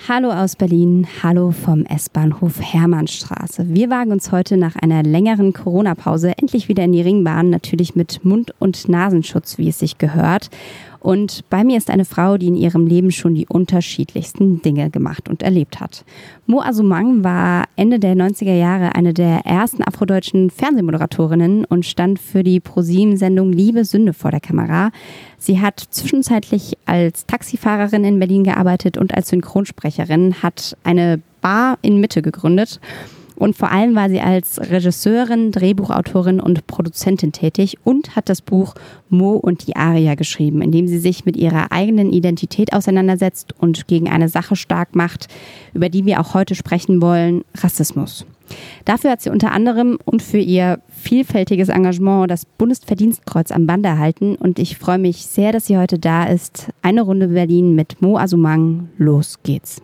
Hallo aus Berlin, hallo vom S-Bahnhof Hermannstraße. Wir wagen uns heute nach einer längeren Corona-Pause endlich wieder in die Ringbahn, natürlich mit Mund- und Nasenschutz, wie es sich gehört. Und bei mir ist eine Frau, die in ihrem Leben schon die unterschiedlichsten Dinge gemacht und erlebt hat. Mo Asumang war Ende der 90er Jahre eine der ersten afrodeutschen Fernsehmoderatorinnen und stand für die ProSieben-Sendung Liebe Sünde vor der Kamera. Sie hat zwischenzeitlich als Taxifahrerin in Berlin gearbeitet und als Synchronsprecherin, hat eine Bar in Mitte gegründet. Und vor allem war sie als Regisseurin, Drehbuchautorin und Produzentin tätig und hat das Buch Mo und die Aria geschrieben, in dem sie sich mit ihrer eigenen Identität auseinandersetzt und gegen eine Sache stark macht, über die wir auch heute sprechen wollen: Rassismus. Dafür hat sie unter anderem und für ihr vielfältiges Engagement das Bundesverdienstkreuz am Band erhalten. Und ich freue mich sehr, dass sie heute da ist. Eine Runde Berlin mit Mo Asumang. Los geht's.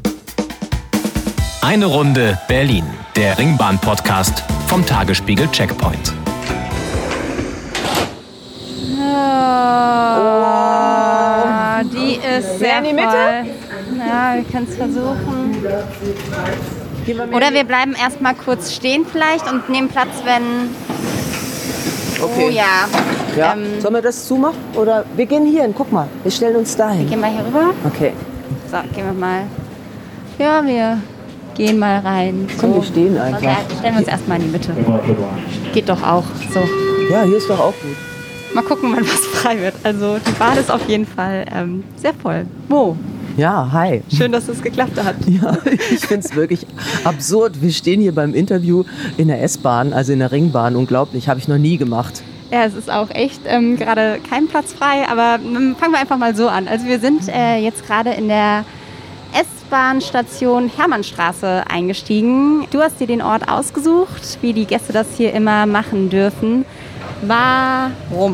Eine Runde Berlin, der Ringbahn-Podcast vom Tagesspiegel Checkpoint. Oh, die ist sehr in die Mitte? voll. Ja, wir können es versuchen. Oder wir bleiben erstmal kurz stehen vielleicht und nehmen Platz, wenn... Okay. Oh ja. Ja. Sollen wir das zumachen? Oder wir gehen hier hin, guck mal. Wir stellen uns da hin. Gehen wir hier rüber. Okay. So, gehen wir mal. Ja, wir gehen mal rein. Komm, wir stehen einfach. Okay, stellen wir uns erstmal in die Mitte. Geht doch auch. So. Ja, hier ist doch auch gut. Mal gucken, wann was frei wird. Also die Bahn ist auf jeden Fall sehr voll. Mo, Ja, hi. schön, dass es geklappt hat. Ja, ich finde es wirklich absurd. Wir stehen hier beim Interview in der S-Bahn, also in der Ringbahn. Unglaublich, habe ich noch nie gemacht. Ja, es ist auch echt gerade kein Platz frei, aber fangen wir einfach mal so an. Also wir sind jetzt gerade in der S-Bahn-Station Hermannstraße eingestiegen. Du hast dir den Ort ausgesucht, wie die Gäste das hier immer machen dürfen. Warum?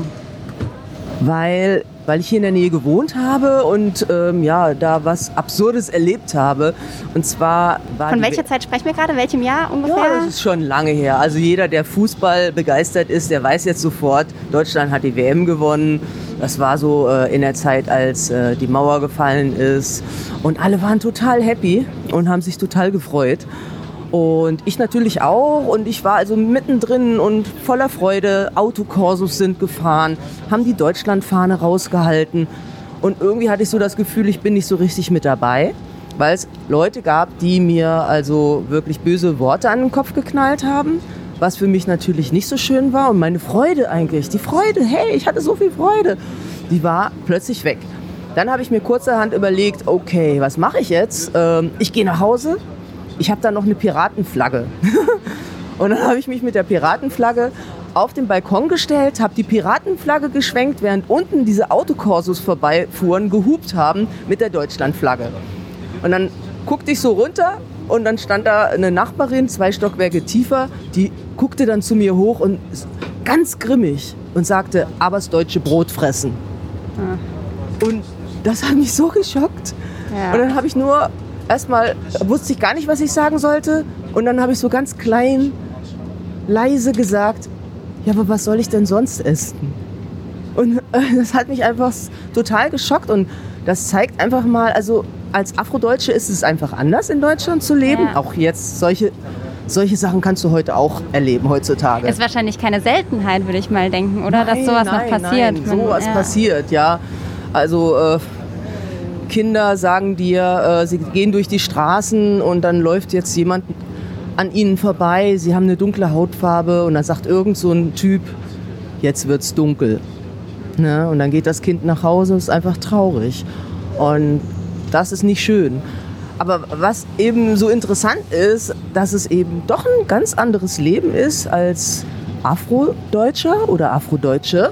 Weil ich hier in der Nähe gewohnt habe und da was Absurdes erlebt habe. Und zwar war Von welcher Zeit sprechen wir gerade? Welchem Jahr ungefähr? Ja, das ist schon lange her. Also jeder, der Fußball begeistert ist, der weiß jetzt sofort, Deutschland hat die WM gewonnen. Das war so in der Zeit, als die Mauer gefallen ist. Und alle waren total happy und haben sich total gefreut. Und ich natürlich auch. Und ich war also mittendrin und voller Freude. Autokorsos sind gefahren, haben die Deutschlandfahne rausgehalten. Und irgendwie hatte ich so das Gefühl, ich bin nicht so richtig mit dabei, weil es Leute gab, die mir also wirklich böse Worte an den Kopf geknallt haben, was für mich natürlich nicht so schön war. Und meine Freude eigentlich, die Freude, hey, ich hatte so viel Freude, die war plötzlich weg. Dann habe ich mir kurzerhand überlegt, okay, was mache ich jetzt? Ich gehe nach Hause. Ich habe da noch eine Piratenflagge. Und dann habe ich mich mit der Piratenflagge auf den Balkon gestellt, habe die Piratenflagge geschwenkt, während unten diese Autokorsos vorbeifuhren, gehupt haben mit der Deutschlandflagge. Und dann guckte ich so runter und dann stand da eine Nachbarin, 2 Stockwerke tiefer, die guckte dann zu mir hoch und ganz grimmig und sagte, aber das deutsche Brot fressen. Und das hat mich so geschockt. Ja. Und dann habe ich nur erstmal, wusste ich gar nicht, was ich sagen sollte. Und dann habe ich so ganz klein, leise gesagt, ja, aber was soll ich denn sonst essen? Und das hat mich einfach total geschockt. Und das zeigt einfach mal, also als Afrodeutsche ist es einfach anders in Deutschland zu leben. Ja. Auch jetzt, solche Sachen kannst du heute auch erleben, heutzutage. Ist wahrscheinlich keine Seltenheit, würde ich mal denken, oder? Dass sowas noch passiert. Nein, sowas passiert, ja. Also Kinder sagen dir, sie gehen durch die Straßen und dann läuft jetzt jemand an ihnen vorbei, sie haben eine dunkle Hautfarbe und dann sagt irgend so ein Typ, jetzt wird's dunkel. Ne? Und dann geht das Kind nach Hause, ist einfach traurig. Und das ist nicht schön. Aber was eben so interessant ist, dass es eben doch ein ganz anderes Leben ist als Afrodeutscher oder Afrodeutsche.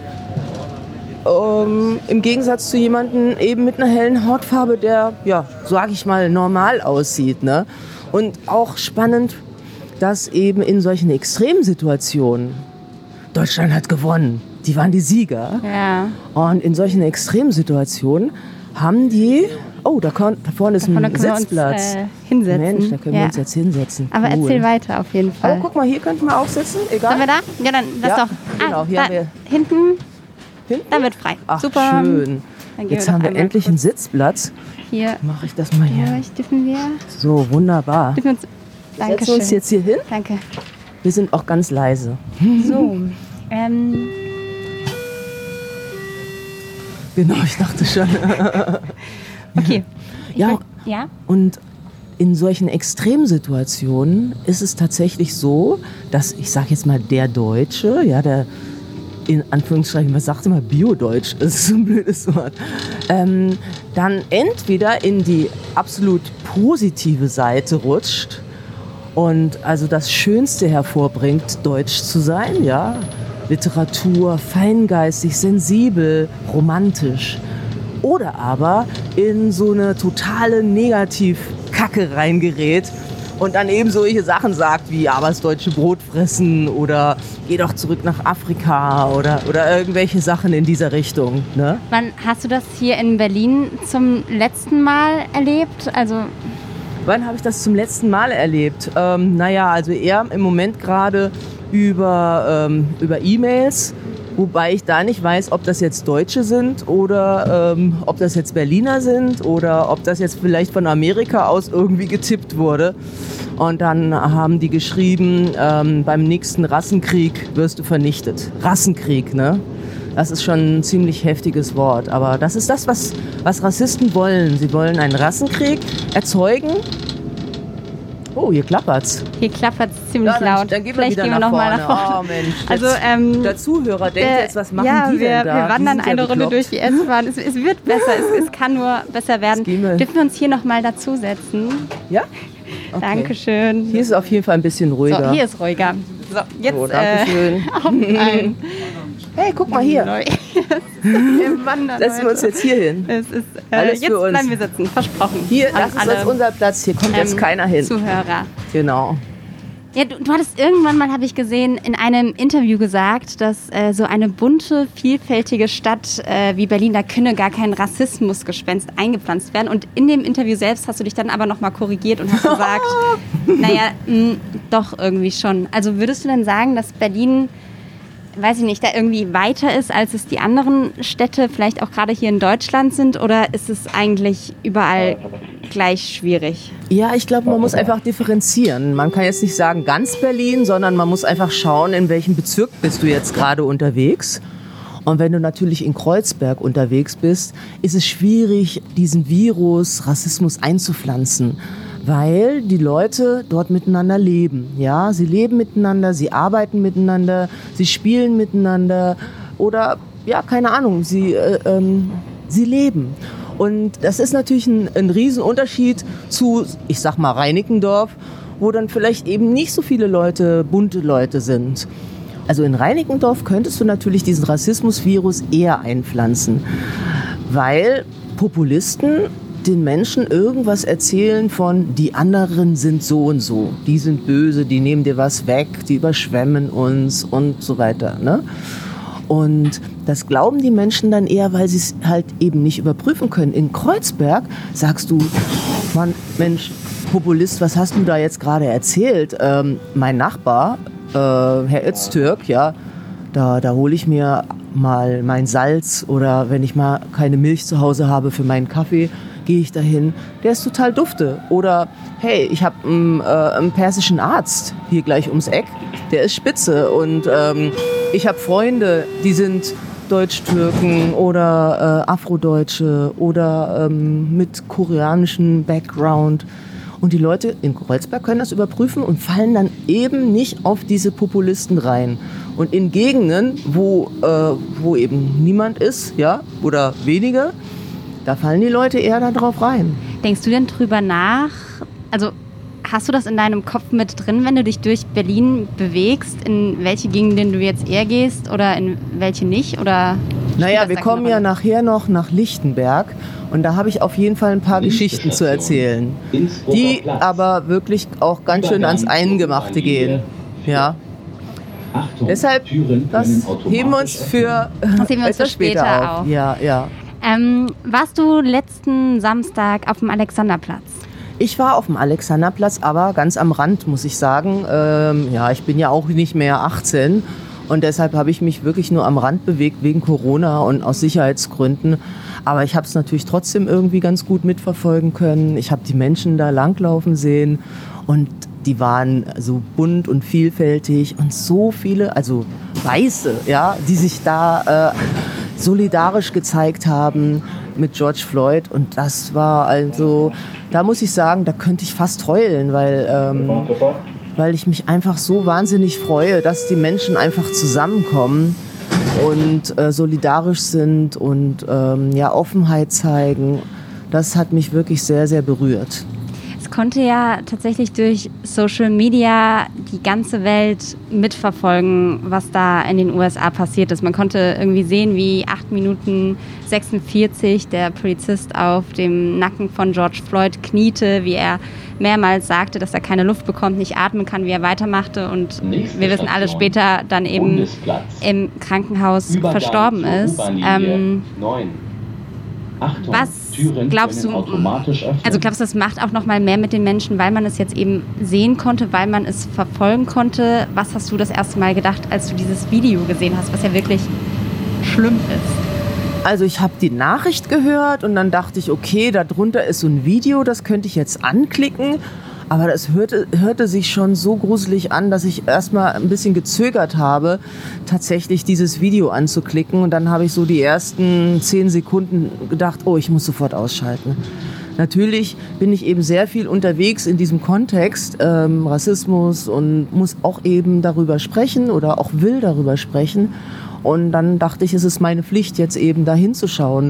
Im Gegensatz zu jemandem eben mit einer hellen Hautfarbe, der, ja, sag ich mal, normal aussieht. Ne? Und auch spannend, dass eben in solchen Extremsituationen, Deutschland hat gewonnen, die waren die Sieger. Ja. Und in solchen Extremsituationen haben die, oh, da vorne ist ein Sitzplatz. Hinsetzen. Mensch, da können wir uns jetzt hinsetzen. Aber Cool. erzähl weiter auf jeden Fall. Oh, guck mal, hier könnten wir auch sitzen, egal. Sollen wir da? Ja, dann lass Ja, doch. genau, hier da, haben wir- hinten, Hinten? da wird frei. Ach, Super. schön. Jetzt haben wir endlich einen Sitzplatz. Hier. Mache ich das mal hier. Dürfen wir? So, wunderbar. Dürfen wir uns, Wir setzen uns jetzt hier hin. Danke. Wir sind auch ganz leise. So. Genau, ich dachte schon. Okay. Ja, Ja? und in solchen Extremsituationen ist es tatsächlich so, dass, ich sage jetzt mal, der Deutsche, ja, der in Anführungsstrichen, was sagt immer, Bio-Deutsch, das ist so ein blödes Wort, dann entweder in die absolut positive Seite rutscht und also das Schönste hervorbringt, deutsch zu sein, ja, Literatur, feingeistig, sensibel, romantisch. Oder aber in so eine totale Negativ-Kacke reingerät und dann eben solche Sachen sagt wie, aber das deutsche Brot fressen oder geh doch zurück nach Afrika oder irgendwelche Sachen in dieser Richtung. Ne? Wann hast du das hier in Berlin zum letzten Mal erlebt? Also Wann habe ich das zum letzten Mal erlebt? Also eher im Moment gerade über E-Mails. Wobei ich da nicht weiß, ob das jetzt Deutsche sind oder ob das jetzt Berliner sind oder ob das jetzt vielleicht von Amerika aus irgendwie getippt wurde. Und dann haben die geschrieben, beim nächsten Rassenkrieg wirst du vernichtet. Rassenkrieg, ne? Das ist schon ein ziemlich heftiges Wort. Aber das ist das, was Rassisten wollen. Sie wollen einen Rassenkrieg erzeugen. Oh, hier klappert's. hier klappert es ziemlich laut. Dann gehen wir Vielleicht wieder gehen wir nach noch vorne. mal nach vorne. Oh Mensch, Also, der Zuhörer denkt jetzt, was machen die wir, denn da? wir wandern Die sind ja eine Runde bekloppt. durch die S-Bahn. Es wird besser, es kann nur besser werden. Das ging mir. Dürfen wir uns hier noch mal dazusetzen? Ja? Okay. Dankeschön. Hier ist es auf jeden Fall ein bisschen ruhiger. So, hier ist ruhiger. So, jetzt So, Dankeschön. auf ein Hey, guck mal hier. wir wandern Setzen wir uns heute. jetzt hier hin. Es ist, Alles jetzt für uns. bleiben wir sitzen, versprochen. Hier, An das ist alle, jetzt unser Platz. Hier kommt jetzt keiner hin. Zuhörer. Genau. Ja, du hattest irgendwann mal, habe ich gesehen, in einem Interview gesagt, dass so eine bunte, vielfältige Stadt wie Berlin, da könne gar kein Rassismusgespenst eingepflanzt werden. Und in dem Interview selbst hast du dich dann aber nochmal korrigiert und hast gesagt, doch irgendwie schon. Also würdest du denn sagen, dass Berlin, weiß ich nicht, da irgendwie weiter ist, als es die anderen Städte vielleicht auch gerade hier in Deutschland sind? Oder ist es eigentlich überall gleich schwierig? Ja, ich glaube, man muss einfach differenzieren. Man kann jetzt nicht sagen ganz Berlin, sondern man muss einfach schauen, in welchem Bezirk bist du jetzt gerade unterwegs. Und wenn du natürlich in Kreuzberg unterwegs bist, ist es schwierig, diesen Virus Rassismus einzupflanzen, weil die Leute dort miteinander leben. Ja, sie leben miteinander, sie arbeiten miteinander, sie spielen miteinander oder, ja, keine Ahnung, sie leben. Und das ist natürlich ein Riesenunterschied zu, ich sag mal, Reinickendorf, wo dann vielleicht eben nicht so viele Leute, bunte Leute sind. Also in Reinickendorf könntest du natürlich diesen Rassismusvirus eher einpflanzen, weil Populisten den Menschen irgendwas erzählen von, die anderen sind so und so, die sind böse, die nehmen dir was weg, die überschwemmen uns und so weiter, ne? Und das glauben die Menschen dann eher, weil sie es halt eben nicht überprüfen können. In Kreuzberg sagst du, Mann, Mensch, Populist, was hast du da jetzt gerade erzählt? Mein Nachbar, Herr Öztürk, ja, da hole ich mir mal mein Salz oder wenn ich mal keine Milch zu Hause habe für meinen Kaffee, gehe ich dahin. Der ist total dufte. Oder hey, ich habe einen persischen Arzt hier gleich ums Eck, der ist spitze und ich habe Freunde, die sind Deutsch-Türken oder Afrodeutsche oder mit koreanischem Background. Und die Leute in Kreuzberg können das überprüfen und fallen dann eben nicht auf diese Populisten rein. Und in Gegenden, wo eben niemand ist, ja, oder wenige, da fallen die Leute eher da drauf rein. Denkst du denn drüber nach? Also hast du das in deinem Kopf mit drin, wenn du dich durch Berlin bewegst, in welche Gegenden du jetzt eher gehst oder in welche nicht? Oder naja, wir kommen ja nachher noch nach Lichtenberg und da habe ich auf jeden Fall ein paar Geschichten zu erzählen, die aber wirklich auch ganz schön ans Eingemachte gehen. Ja. Deshalb, das heben wir uns für etwas später auf. Ja, ja. Warst du letzten Samstag auf dem Alexanderplatz? Ich war auf dem Alexanderplatz, aber ganz am Rand, muss ich sagen. Ich bin ja auch nicht mehr 18 und deshalb habe ich mich wirklich nur am Rand bewegt wegen Corona und aus Sicherheitsgründen. Aber ich habe es natürlich trotzdem irgendwie ganz gut mitverfolgen können. Ich habe die Menschen da langlaufen sehen und die waren so bunt und vielfältig und so viele, also Weiße, ja, die sich da solidarisch gezeigt haben mit George Floyd. Und das war also, da muss ich sagen, da könnte ich fast heulen, weil ich mich einfach so wahnsinnig freue, dass die Menschen einfach zusammenkommen und solidarisch sind und Offenheit zeigen. Das hat mich wirklich sehr, sehr berührt. Es konnte ja tatsächlich durch Social Media die ganze Welt mitverfolgen, was da in den USA passiert ist. Man konnte irgendwie sehen, wie 8 Minuten 46 der Polizist auf dem Nacken von George Floyd kniete, wie er mehrmals sagte, dass er keine Luft bekommt, nicht atmen kann, wie er weitermachte. Und wir wissen alle später dann eben im Krankenhaus verstorben ist. Was glaubst du, also glaubst du, das macht auch noch mal mehr mit den Menschen, weil man es jetzt eben sehen konnte, weil man es verfolgen konnte? Was hast du das erste Mal gedacht, als du dieses Video gesehen hast, was ja wirklich schlimm ist? Also ich habe die Nachricht gehört und dann dachte ich, okay, da drunter ist so ein Video, das könnte ich jetzt anklicken. Aber das hörte sich schon so gruselig an, dass ich erstmal ein bisschen gezögert habe, tatsächlich dieses Video anzuklicken. Und dann habe ich so die ersten 10 Sekunden gedacht, oh, ich muss sofort ausschalten. Natürlich bin ich eben sehr viel unterwegs in diesem Kontext, Rassismus, und muss auch eben darüber sprechen oder auch will darüber sprechen. Und dann dachte ich, es ist meine Pflicht, jetzt eben da hinzuschauen.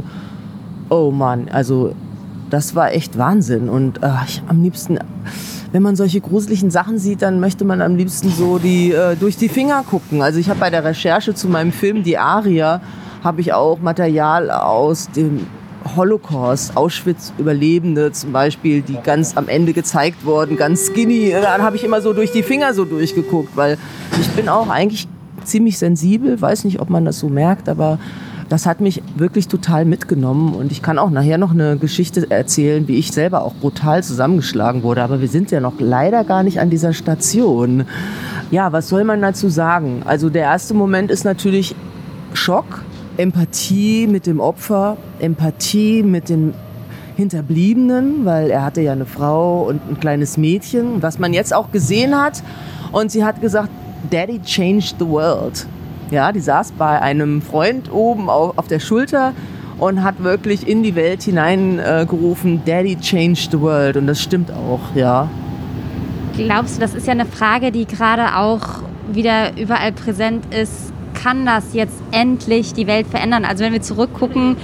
Oh Mann, also das war echt Wahnsinn. Und ich am liebsten, wenn man solche gruseligen Sachen sieht, dann möchte man am liebsten so durch die Finger gucken. Also ich habe bei der Recherche zu meinem Film Die Aria, habe ich auch Material aus dem Holocaust, Auschwitz-Überlebende zum Beispiel, die ganz am Ende gezeigt wurden, ganz skinny. Dann habe ich immer so durch die Finger so durchgeguckt, weil ich bin auch eigentlich ziemlich sensibel, weiß nicht, ob man das so merkt, aber das hat mich wirklich total mitgenommen und ich kann auch nachher noch eine Geschichte erzählen, wie ich selber auch brutal zusammengeschlagen wurde, aber wir sind ja noch leider gar nicht an dieser Station. Ja, was soll man dazu sagen? Also der erste Moment ist natürlich Schock, Empathie mit dem Opfer, Empathie mit den Hinterbliebenen, weil er hatte ja eine Frau und ein kleines Mädchen, was man jetzt auch gesehen hat, und sie hat gesagt, Daddy changed the world. Ja, die saß bei einem Freund oben auf der Schulter und hat wirklich in die Welt hineingerufen, Daddy changed the world. Und das stimmt auch, ja. Glaubst du, das ist ja eine Frage, die gerade auch wieder überall präsent ist, kann das jetzt endlich die Welt verändern? Also wenn wir zurückgucken,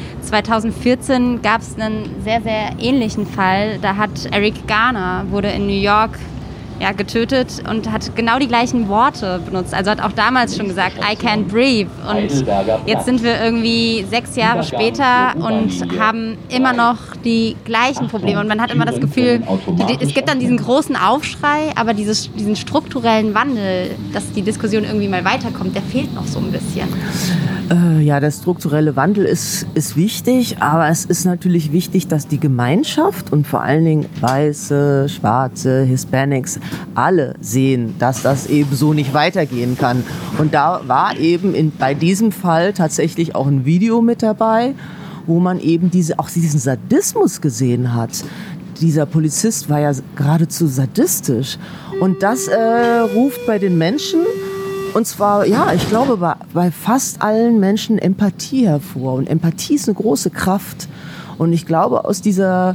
2014 gab es einen sehr, sehr ähnlichen Fall. Da hat Eric Garner, wurde in New York getötet und hat genau die gleichen Worte benutzt. Also hat auch damals schon gesagt, I can't breathe. Und jetzt sind wir irgendwie 6 Jahre später und haben immer noch die gleichen Probleme. Und man hat immer das Gefühl, es gibt dann diesen großen Aufschrei, aber diesen strukturellen Wandel, dass die Diskussion irgendwie mal weiterkommt, der fehlt noch so ein bisschen. Ja, der strukturelle Wandel ist wichtig, aber es ist natürlich wichtig, dass die Gemeinschaft und vor allen Dingen Weiße, Schwarze, Hispanics alle sehen, dass das eben so nicht weitergehen kann. Und da war eben bei diesem Fall tatsächlich auch ein Video mit dabei, wo man eben diesen Sadismus gesehen hat. Dieser Polizist war ja geradezu sadistisch. Und das ruft bei den Menschen, und zwar, ja, ich glaube, bei fast allen Menschen Empathie hervor. Und Empathie ist eine große Kraft. Und ich glaube, aus dieser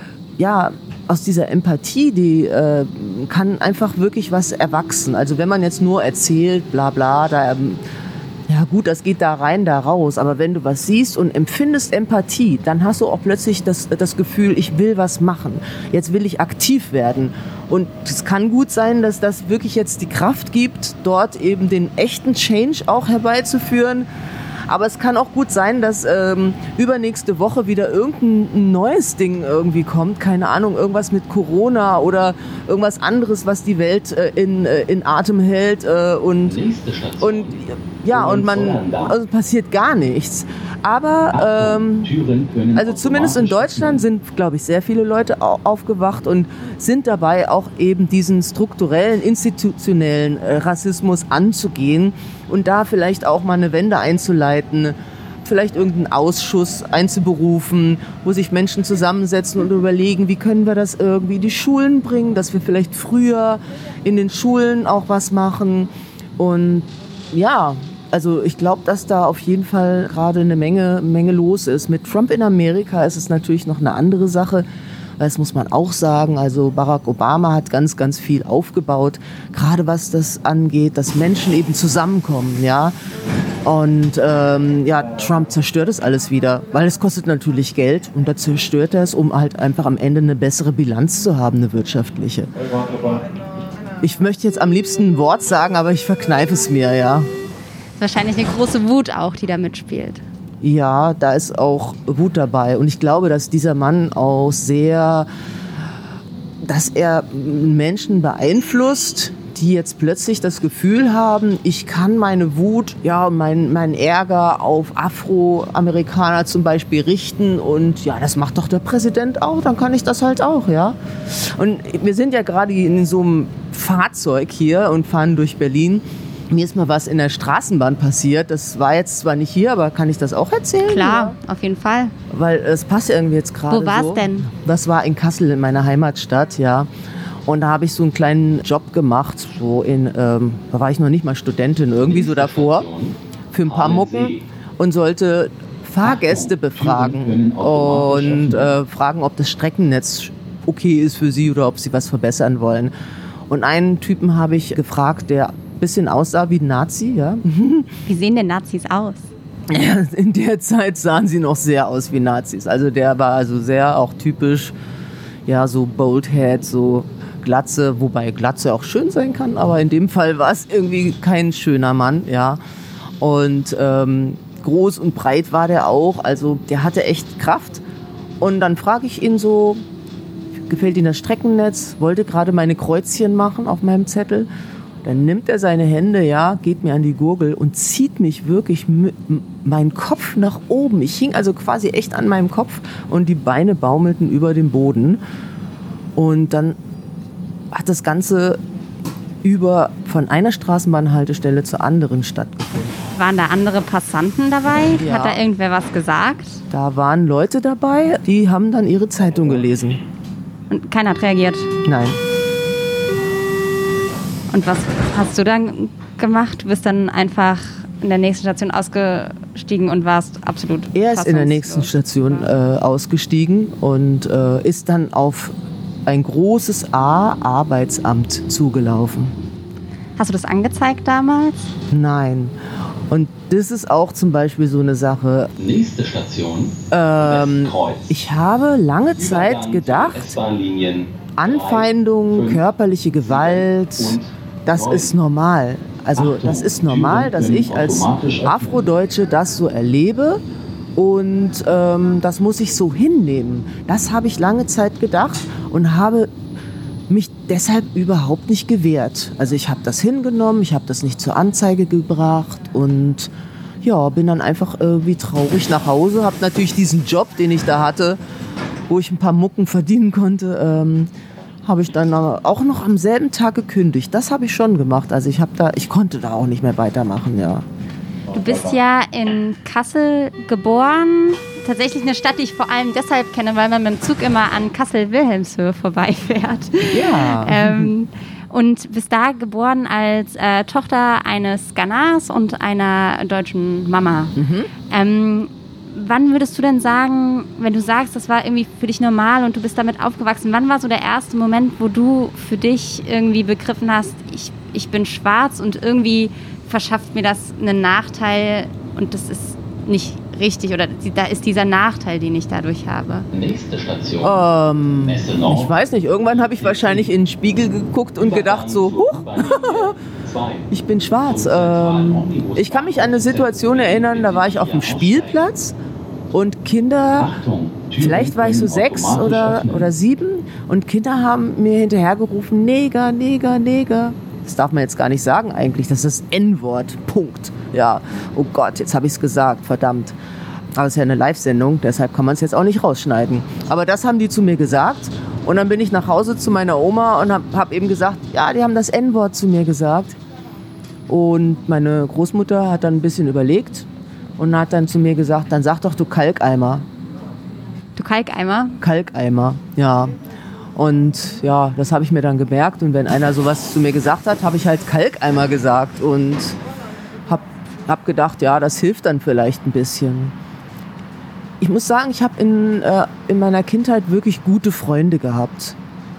Empathie, die kann einfach wirklich was erwachsen. Also wenn man jetzt nur erzählt, bla bla, ja gut, das geht da rein, da raus. Aber wenn du was siehst und empfindest Empathie, dann hast du auch plötzlich das Gefühl, ich will was machen. Jetzt will ich aktiv werden. Und es kann gut sein, dass das wirklich jetzt die Kraft gibt, dort eben den echten Change auch herbeizuführen. Aber es kann auch gut sein, dass übernächste Woche wieder irgendein neues Ding irgendwie kommt. Keine Ahnung, irgendwas mit Corona oder irgendwas anderes, was die Welt in Atem hält. Und passiert gar nichts. Aber also zumindest in Deutschland sind, glaube ich, sehr viele Leute aufgewacht und sind dabei auch eben diesen strukturellen, institutionellen Rassismus anzugehen und da vielleicht auch mal eine Wende einzuleiten. vielleicht irgendeinen Ausschuss einzuberufen, wo sich Menschen zusammensetzen und überlegen, wie können wir das irgendwie in die Schulen bringen, dass wir vielleicht früher in den Schulen auch was machen. Und ja, also ich glaube, dass da auf jeden Fall gerade eine Menge los ist. Mit Trump in Amerika ist es natürlich noch eine andere Sache. Das muss man auch sagen. Also Barack Obama hat ganz, ganz viel aufgebaut, gerade was das angeht, dass Menschen eben zusammenkommen, ja. Und Trump zerstört das alles wieder, weil es kostet natürlich Geld und da zerstört er es, um halt einfach am Ende eine bessere Bilanz zu haben, eine wirtschaftliche. Ich möchte jetzt am liebsten ein Wort sagen, aber ich verkneife es mir, ja. Wahrscheinlich eine große Wut auch, die da mitspielt. Ja, da ist auch Wut dabei. Und ich glaube, dass dieser Mann auch dass er Menschen beeinflusst, die jetzt plötzlich das Gefühl haben, ich kann meine Wut, ja, meinen Ärger auf Afroamerikaner zum Beispiel richten und ja, das macht doch der Präsident auch, dann kann ich das halt auch, ja. Und wir sind ja gerade in so einem Fahrzeug hier und fahren durch Berlin. Mir ist mal was in der Straßenbahn passiert. Das war jetzt zwar nicht hier, aber kann ich das auch erzählen? Klar, ja? Auf jeden Fall. Weil es passt irgendwie jetzt gerade so. Wo war es denn? Das war in Kassel, in meiner Heimatstadt, ja. Und da habe ich so einen kleinen Job gemacht, da war ich noch nicht mal Studentin, irgendwie so davor, für ein paar Mucken und sollte Fahrgäste befragen und fragen, ob das Streckennetz okay ist für sie oder ob sie was verbessern wollen. Und einen Typen habe ich gefragt, der ein bisschen aussah wie ein Nazi, ja. Wie sehen denn Nazis aus? Ja, in der Zeit sahen sie noch sehr aus wie Nazis. Also der war also sehr auch typisch, ja, so Boldhead, so Glatze, wobei Glatze auch schön sein kann, aber in dem Fall war es irgendwie kein schöner Mann, ja. Und groß und breit war der auch, also der hatte echt Kraft. Und dann frage ich ihn so, gefällt Ihnen das Streckennetz? Wollte gerade meine Kreuzchen machen auf meinem Zettel. Dann nimmt er seine Hände, ja, geht mir an die Gurgel und zieht mich wirklich meinen Kopf nach oben. Ich hing also quasi echt an meinem Kopf und die Beine baumelten über dem Boden. Und dann hat das Ganze von einer Straßenbahnhaltestelle zur anderen stattgefunden. Waren da andere Passanten dabei? Ja. Hat da irgendwer was gesagt? Da waren Leute dabei, die haben dann ihre Zeitung gelesen. Und keiner hat reagiert? Nein. Und was hast du dann gemacht? Du bist dann einfach in der nächsten Station ausgestiegen und warst absolut Er ist in der nächsten Station ausgestiegen und ist dann auf ein großes Arbeitsamt zugelaufen. Hast du das angezeigt damals? Nein. Und das ist auch zum Beispiel so eine Sache. Nächste Station. Ich habe lange Zeit gedacht, Anfeindung, körperliche Gewalt, das ist normal. Also das ist normal, dass ich als Afrodeutsche das so erlebe und das muss ich so hinnehmen. Das habe ich lange Zeit gedacht und habe mich deshalb überhaupt nicht gewehrt. Also ich habe das hingenommen, ich habe das nicht zur Anzeige gebracht und ja, bin dann einfach irgendwie traurig nach Hause. Habe natürlich diesen Job, den ich da hatte, wo ich ein paar Mucken verdienen konnte, habe ich dann auch noch am selben Tag gekündigt. Das habe ich schon gemacht. Also ich konnte da auch nicht mehr weitermachen, ja. Du bist ja in Kassel geboren. Tatsächlich eine Stadt, die ich vor allem deshalb kenne, weil man mit dem Zug immer an Kassel-Wilhelmshöhe vorbeifährt. Ja. Und bist da geboren als Tochter eines Ghanars und einer deutschen Mama. Mhm. Wann würdest du denn sagen, wenn du sagst, das war irgendwie für dich normal und du bist damit aufgewachsen, wann war so der erste Moment, wo du für dich irgendwie begriffen hast, ich bin schwarz und irgendwie verschafft mir das einen Nachteil und das ist nicht richtig oder da ist dieser Nachteil, den ich dadurch habe? Nächste Station. Ich weiß nicht, irgendwann habe ich wahrscheinlich in den Spiegel geguckt und gedacht so, huch, ich bin schwarz. Ich kann mich an eine Situation erinnern, da war ich auf dem Spielplatz und Kinder, vielleicht war ich so 6 oder 7 und Kinder haben mir hinterhergerufen, Neger, Neger, Neger. Das darf man jetzt gar nicht sagen eigentlich, das ist das N-Wort, Punkt. Ja, oh Gott, jetzt habe ich es gesagt, verdammt. Aber es ist ja eine Live-Sendung, deshalb kann man es jetzt auch nicht rausschneiden. Aber das haben die zu mir gesagt und dann bin ich nach Hause zu meiner Oma und habe eben gesagt, ja, die haben das N-Wort zu mir gesagt. Und meine Großmutter hat dann ein bisschen überlegt und hat dann zu mir gesagt, dann sag doch du Kalkeimer. Du Kalkeimer? Kalkeimer, ja. Und ja, das habe ich mir dann gemerkt. Und wenn einer sowas zu mir gesagt hat, habe ich halt Kalkeimer gesagt und hab gedacht, ja, das hilft dann vielleicht ein bisschen. Ich muss sagen, ich habe in meiner Kindheit wirklich gute Freunde gehabt.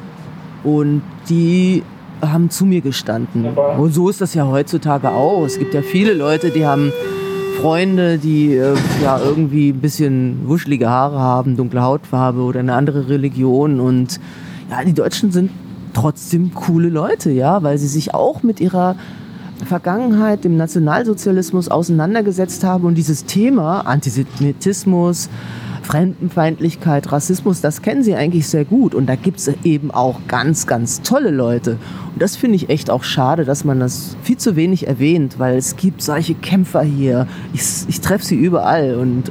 Und die haben zu mir gestanden. Und so ist das ja heutzutage auch. Es gibt ja viele Leute, die haben Freunde, die ja irgendwie ein bisschen wuschelige Haare haben, dunkle Hautfarbe oder eine andere Religion. Und ja, die Deutschen sind trotzdem coole Leute, ja, weil sie sich auch mit ihrer Vergangenheit, dem Nationalsozialismus auseinandergesetzt haben. Und dieses Thema Antisemitismus, Fremdenfeindlichkeit, Rassismus, das kennen sie eigentlich sehr gut. Und da gibt es eben auch ganz, ganz tolle Leute. Und das finde ich echt auch schade, dass man das viel zu wenig erwähnt, weil es gibt solche Kämpfer hier. Ich treffe sie überall und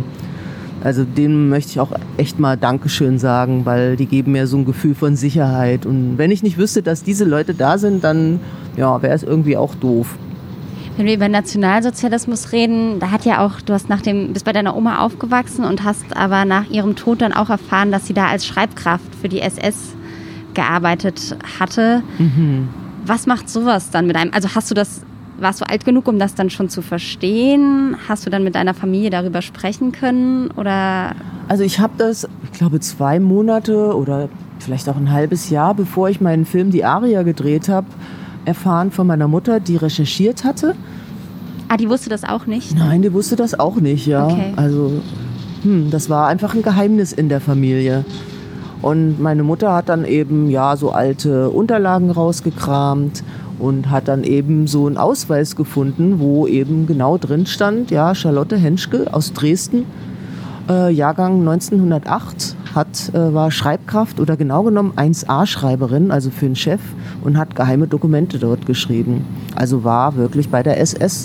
also denen möchte ich auch echt mal Dankeschön sagen, weil die geben mir so ein Gefühl von Sicherheit. Und wenn ich nicht wüsste, dass diese Leute da sind, dann ja, wäre es irgendwie auch doof. Wenn wir über Nationalsozialismus reden, da hat ja auch, bist bei deiner Oma aufgewachsen und hast aber nach ihrem Tod dann auch erfahren, dass sie da als Schreibkraft für die SS gearbeitet hatte. Mhm. Was macht sowas dann mit einem? Also warst du alt genug, um das dann schon zu verstehen? Hast du dann mit deiner Familie darüber sprechen können? Oder? Also ich habe das, ich glaube 2 Monate oder vielleicht auch ein halbes Jahr, bevor ich meinen Film Die Aria gedreht habe, erfahren von meiner Mutter, die recherchiert hatte. Ah, die wusste das auch nicht? Nein, die wusste das auch nicht, ja. Okay. Also, das war einfach ein Geheimnis in der Familie. Und meine Mutter hat dann eben, ja, so alte Unterlagen rausgekramt und hat dann eben so einen Ausweis gefunden, wo eben genau drin stand, ja, Charlotte Henschke aus Dresden, Jahrgang 1908, war Schreibkraft oder genau genommen 1A-Schreiberin, also für den Chef, und hat geheime Dokumente dort geschrieben. Also war wirklich bei der SS.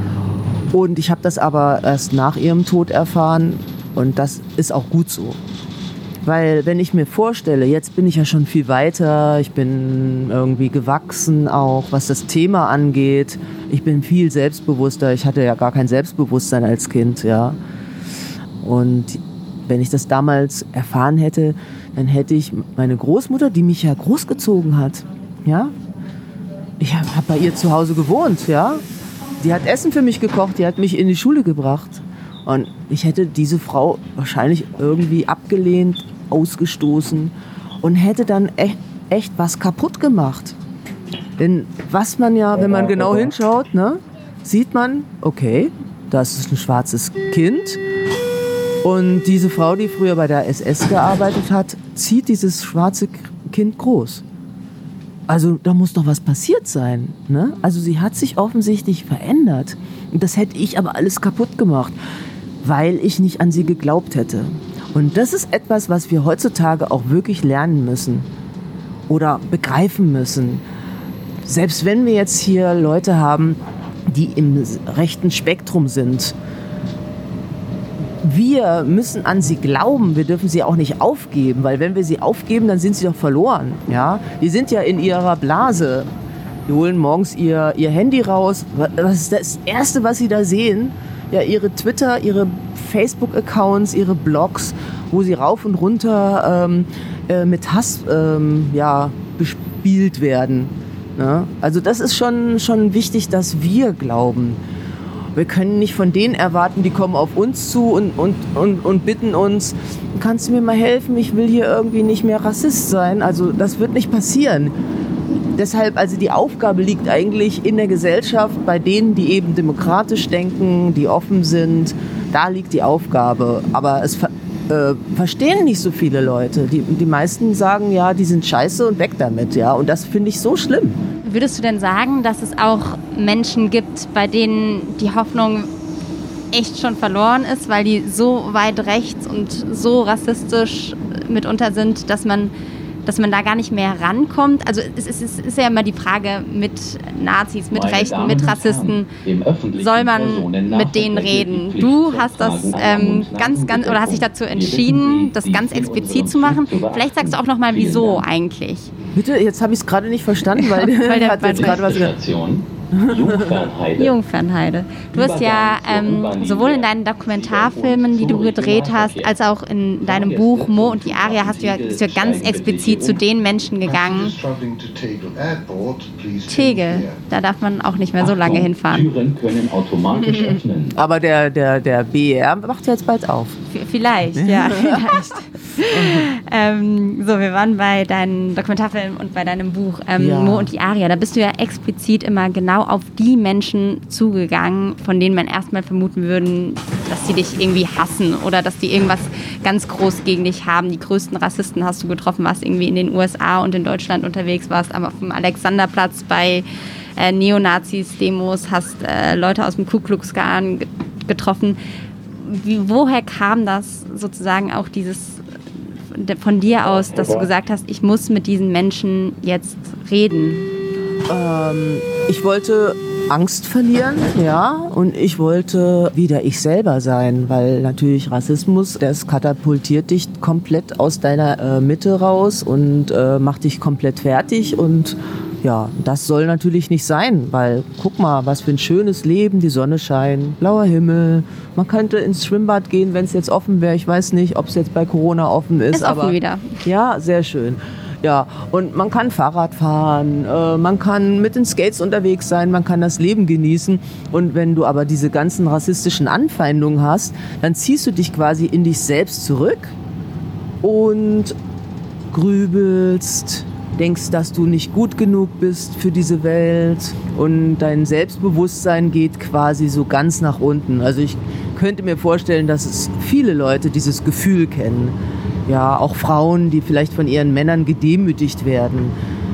Und ich habe das aber erst nach ihrem Tod erfahren und das ist auch gut so. Weil wenn ich mir vorstelle, jetzt bin ich ja schon viel weiter, ich bin irgendwie gewachsen auch, was das Thema angeht. Ich bin viel selbstbewusster, ich hatte ja gar kein Selbstbewusstsein als Kind, ja. Und wenn ich das damals erfahren hätte, dann hätte ich meine Großmutter, die mich ja großgezogen hat, ja. Ich habe bei ihr zu Hause gewohnt, ja. Die hat Essen für mich gekocht, die hat mich in die Schule gebracht. Und ich hätte diese Frau wahrscheinlich irgendwie abgelehnt, ausgestoßen und hätte dann echt was kaputt gemacht. Denn was man ja, wenn man genau hinschaut, ne, sieht man, okay, das ist ein schwarzes Kind. Und diese Frau, die früher bei der SS gearbeitet hat, zieht dieses schwarze Kind groß. Also da muss doch was passiert sein, ne? Also sie hat sich offensichtlich verändert. Und das hätte ich aber alles kaputt gemacht, weil ich nicht an sie geglaubt hätte. Und das ist etwas, was wir heutzutage auch wirklich lernen müssen oder begreifen müssen. Selbst wenn wir jetzt hier Leute haben, die im rechten Spektrum sind, wir müssen an sie glauben, wir dürfen sie auch nicht aufgeben, weil wenn wir sie aufgeben, dann sind sie doch verloren. Ja? Die sind ja in ihrer Blase. Die holen morgens ihr Handy raus. Das ist das Erste, was sie da sehen. Ja, ihre Twitter, ihre Facebook-Accounts, ihre Blogs, wo sie rauf und runter mit Hass bespielt werden. Ja? Also das ist schon wichtig, dass wir glauben. Wir können nicht von denen erwarten, die kommen auf uns zu und bitten uns, kannst du mir mal helfen, ich will hier irgendwie nicht mehr Rassist sein. Also das wird nicht passieren. Deshalb, also die Aufgabe liegt eigentlich in der Gesellschaft, bei denen, die eben demokratisch denken, die offen sind, da liegt die Aufgabe. Aber es verstehen nicht so viele Leute. Die meisten sagen, ja, die sind scheiße und weg damit. Ja? Und das finde ich so schlimm. Würdest du denn sagen, dass es auch Menschen gibt, bei denen die Hoffnung echt schon verloren ist, weil die so weit rechts und so rassistisch mitunter sind, dass man da gar nicht mehr rankommt? Also es ist ja immer die Frage mit Nazis, mit Rechten, mit Rassisten, soll man mit denen reden? Du hast das hast dich dazu entschieden, das ganz explizit zu machen. Vielleicht sagst du auch nochmal, wieso eigentlich? Bitte, jetzt habe ich es gerade nicht verstanden, weil der hat jetzt gerade was gesagt. Jungfernheide. Jungfernheide. Du hast ja sowohl in deinen Dokumentarfilmen, die du gedreht hast, als auch in deinem Buch Mo und die Aria bist du ja ganz explizit zu den Menschen gegangen. Tegel, da darf man auch nicht mehr so lange hinfahren. Türen können automatisch öffnen. Aber der BER macht jetzt bald auf. Vielleicht, ja, vielleicht. So, wir waren bei deinem Dokumentarfilm und bei deinem Buch Mo und die Aria. Da bist du ja explizit immer genau auf die Menschen zugegangen, von denen man erstmal vermuten würde, dass sie dich irgendwie hassen oder dass die irgendwas ganz groß gegen dich haben. Die größten Rassisten hast du getroffen, warst irgendwie in den USA und in Deutschland unterwegs, warst aber auf dem Alexanderplatz bei Neonazis, Demos, hast Leute aus dem Ku Klux Klan getroffen. Woher kam das sozusagen auch dieses von dir aus, dass du gesagt hast, ich muss mit diesen Menschen jetzt reden? Ich wollte Angst verlieren, ja, und ich wollte wieder ich selber sein, weil natürlich Rassismus, das katapultiert dich komplett aus deiner Mitte raus und macht dich komplett fertig und ja, das soll natürlich nicht sein, weil guck mal, was für ein schönes Leben, die Sonne scheint, blauer Himmel, man könnte ins Schwimmbad gehen, wenn es jetzt offen wäre, ich weiß nicht, ob es jetzt bei Corona offen ist. Ist offen aber wieder. Ja, sehr schön. Ja, und man kann Fahrrad fahren, man kann mit den Skates unterwegs sein, man kann das Leben genießen. Und wenn du aber diese ganzen rassistischen Anfeindungen hast, dann ziehst du dich quasi in dich selbst zurück und grübelst, denkst, dass du nicht gut genug bist für diese Welt und dein Selbstbewusstsein geht quasi so ganz nach unten. Also ich könnte mir vorstellen, dass es viele Leute dieses Gefühl kennen. Ja, auch Frauen, die vielleicht von ihren Männern gedemütigt werden.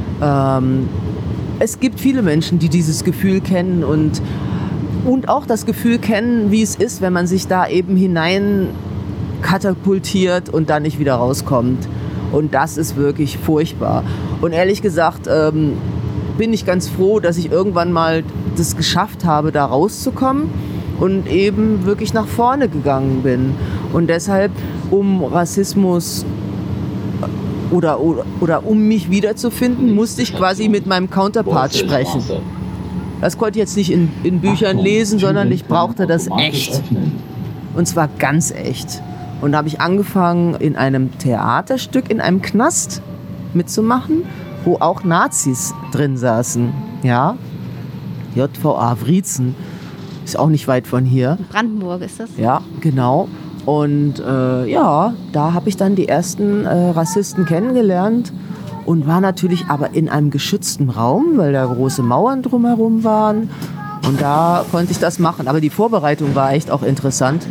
Es gibt viele Menschen, die dieses Gefühl kennen und auch das Gefühl kennen, wie es ist, wenn man sich da eben hinein katapultiert und dann nicht wieder rauskommt. Und das ist wirklich furchtbar. Und ehrlich gesagt bin ich ganz froh, dass ich irgendwann mal das geschafft habe, da rauszukommen und eben wirklich nach vorne gegangen bin. Und deshalb, um Rassismus oder um mich wiederzufinden, musste ich quasi mit meinem Counterpart sprechen. Das konnte ich jetzt nicht in Büchern lesen, sondern ich brauchte das echt. Und zwar ganz echt. Und da habe ich angefangen, in einem Theaterstück, in einem Knast mitzumachen, wo auch Nazis drin saßen. Ja, JVA Wriezen, ist auch nicht weit von hier. Brandenburg ist das? Ja, genau. Und da habe ich dann die ersten Rassisten kennengelernt und war natürlich aber in einem geschützten Raum, weil da große Mauern drumherum waren. Und da konnte ich das machen. Aber die Vorbereitung war echt auch interessant.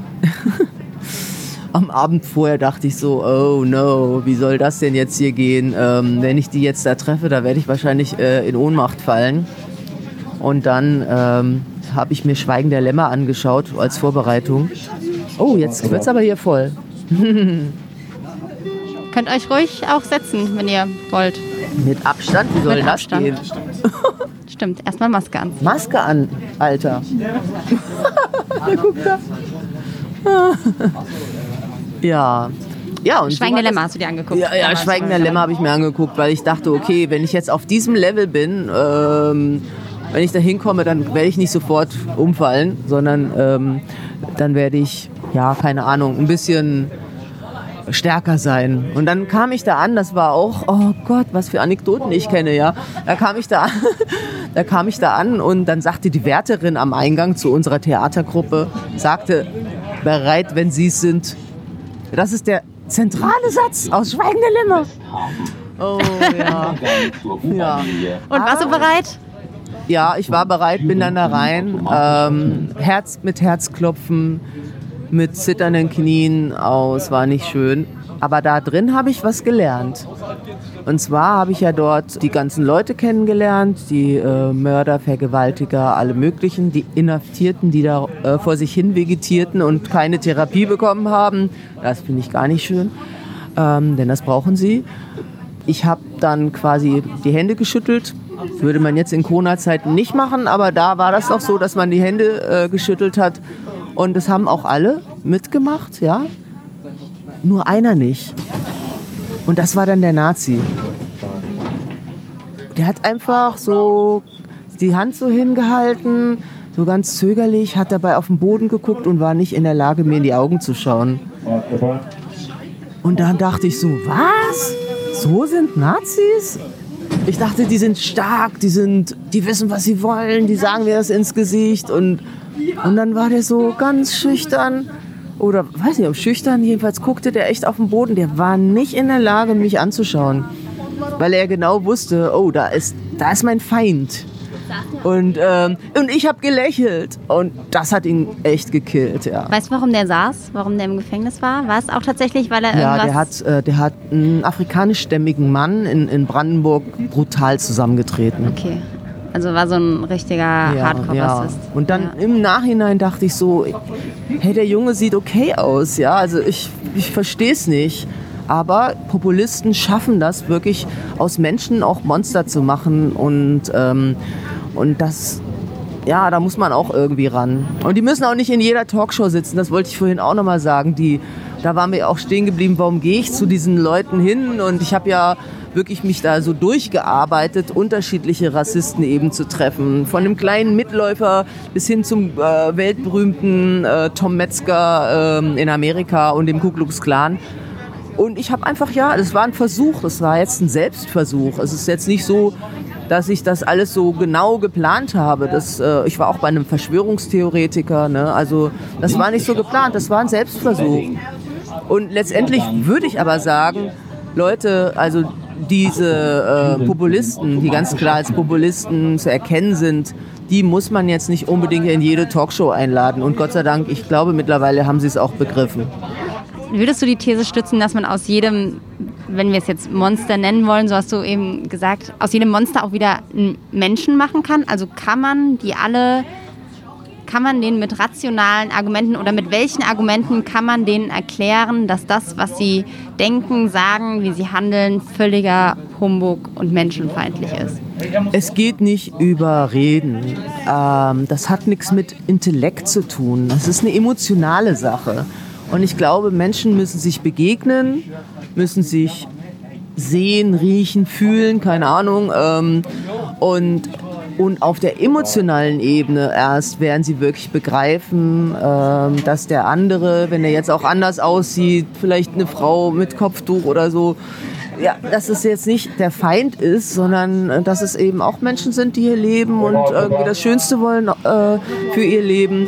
Am Abend vorher dachte ich so, oh no, wie soll das denn jetzt hier gehen? Wenn ich die jetzt da treffe, da werde ich wahrscheinlich in Ohnmacht fallen. Und dann habe ich mir Schweigen der Lämmer angeschaut als Vorbereitung. Oh, jetzt wird es aber hier voll. Könnt euch ruhig auch setzen, wenn ihr wollt. Mit Abstand? Wie soll das gehen? Stimmt, erstmal Maske an. Maske an, Alter. Guck da. Ja. Ja, und Schweigen der Lämmer hast du dir angeguckt? Ja, Schweigen der Lämmer habe ich mir angeguckt, weil ich dachte, okay, wenn ich jetzt auf diesem Level bin, wenn ich da hinkomme, dann werde ich nicht sofort umfallen, sondern dann werde ich, ja, keine Ahnung, ein bisschen stärker sein. Und dann kam ich da an, das war auch, oh Gott, was für Anekdoten ich kenne, ja. Da kam ich da an und dann sagte die Wärterin am Eingang zu unserer Theatergruppe, sagte, bereit, wenn Sie es sind. Das ist der zentrale Satz aus Schweigen der Lämmer. Oh ja. Ja. Und warst du bereit? Ja, ich war bereit, bin dann da rein. Mit Herzklopfen, mit zitternden Knien aus, war nicht schön. Aber da drin habe ich was gelernt. Und zwar habe ich ja dort die ganzen Leute kennengelernt, die Mörder, Vergewaltiger, alle möglichen, die Inhaftierten, die da vor sich hin vegetierten und keine Therapie bekommen haben. Das finde ich gar nicht schön, denn das brauchen sie. Ich habe dann quasi die Hände geschüttelt. Würde man jetzt in Corona-Zeiten nicht machen, aber da war das doch so, dass man die Hände geschüttelt hat. Und das haben auch alle mitgemacht, ja. Nur einer nicht. Und das war dann der Nazi. Der hat einfach so die Hand so hingehalten, so ganz zögerlich, hat dabei auf den Boden geguckt und war nicht in der Lage, mir in die Augen zu schauen. Und dann dachte ich so, was? So sind Nazis? Ich dachte, die sind stark, die wissen, was sie wollen, die sagen mir das ins Gesicht. Und dann war der so ganz schüchtern. Oder weiß nicht, ob schüchtern, jedenfalls guckte der echt auf den Boden. Der war nicht in der Lage, mich anzuschauen. Weil er genau wusste, oh, da ist mein Feind. Und ich habe gelächelt. Und das hat ihn echt gekillt, ja. Weißt du, warum der saß? Warum der im Gefängnis war? War es auch tatsächlich, weil er irgendwas... Ja, der hat einen afrikanischstämmigen Mann in Brandenburg brutal zusammengetreten. Okay. Also war so ein richtiger Hardcore-Rassist. Ja. Und dann im Nachhinein dachte ich so, hey, der Junge sieht okay aus. Ja, also ich verstehe es nicht. Aber Populisten schaffen das wirklich, aus Menschen auch Monster zu machen. Und das, ja, da muss man auch irgendwie ran. Und die müssen auch nicht in jeder Talkshow sitzen. Das wollte ich vorhin auch nochmal sagen. Da waren wir auch stehen geblieben, warum gehe ich zu diesen Leuten hin? Und ich habe ja wirklich mich da so durchgearbeitet, unterschiedliche Rassisten eben zu treffen. Von dem kleinen Mitläufer bis hin zum weltberühmten Tom Metzger in Amerika und dem Ku Klux Klan. Und ich habe einfach, das war ein Versuch, das war jetzt ein Selbstversuch. Es ist jetzt nicht so, dass ich das alles so genau geplant habe. Ich war auch bei einem Verschwörungstheoretiker, ne? Also das war nicht so geplant, das war ein Selbstversuch. Und letztendlich würde ich aber sagen, Leute, also diese Populisten, die ganz klar als Populisten zu erkennen sind, die muss man jetzt nicht unbedingt in jede Talkshow einladen. Und Gott sei Dank, ich glaube, mittlerweile haben sie es auch begriffen. Würdest du die These stützen, dass man aus jedem, wenn wir es jetzt Monster nennen wollen, so hast du eben gesagt, aus jedem Monster auch wieder einen Menschen machen kann? Also kann man denen mit rationalen Argumenten oder mit welchen Argumenten kann man denen erklären, dass das, was sie denken, sagen, wie sie handeln, völliger Humbug und menschenfeindlich ist? Es geht nicht über Reden. Das hat nichts mit Intellekt zu tun. Das ist eine emotionale Sache. Und ich glaube, Menschen müssen sich begegnen, müssen sich sehen, riechen, fühlen, keine Ahnung. Und auf der emotionalen Ebene erst werden sie wirklich begreifen, dass der andere, wenn er jetzt auch anders aussieht, vielleicht eine Frau mit Kopftuch oder so, ja, dass es jetzt nicht der Feind ist, sondern dass es eben auch Menschen sind, die hier leben und irgendwie das Schönste wollen für ihr Leben.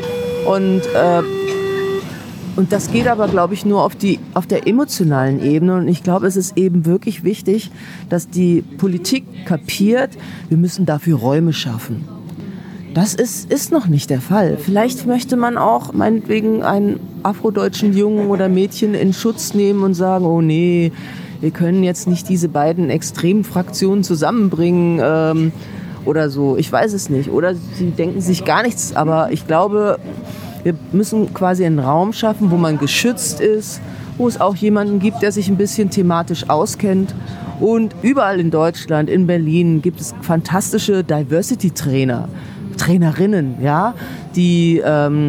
Und das geht aber, glaube ich, nur auf der emotionalen Ebene. Und ich glaube, es ist eben wirklich wichtig, dass die Politik kapiert, wir müssen dafür Räume schaffen. Das ist noch nicht der Fall. Vielleicht möchte man auch meinetwegen einen afrodeutschen Jungen oder Mädchen in Schutz nehmen und sagen, oh nee, wir können jetzt nicht diese beiden Extremfraktionen zusammenbringen oder so. Ich weiß es nicht. Oder sie denken sich gar nichts. Aber ich glaube, wir müssen quasi einen Raum schaffen, wo man geschützt ist, wo es auch jemanden gibt, der sich ein bisschen thematisch auskennt. Und überall in Deutschland, in Berlin, gibt es fantastische Diversity-Trainer, Trainerinnen, ja, die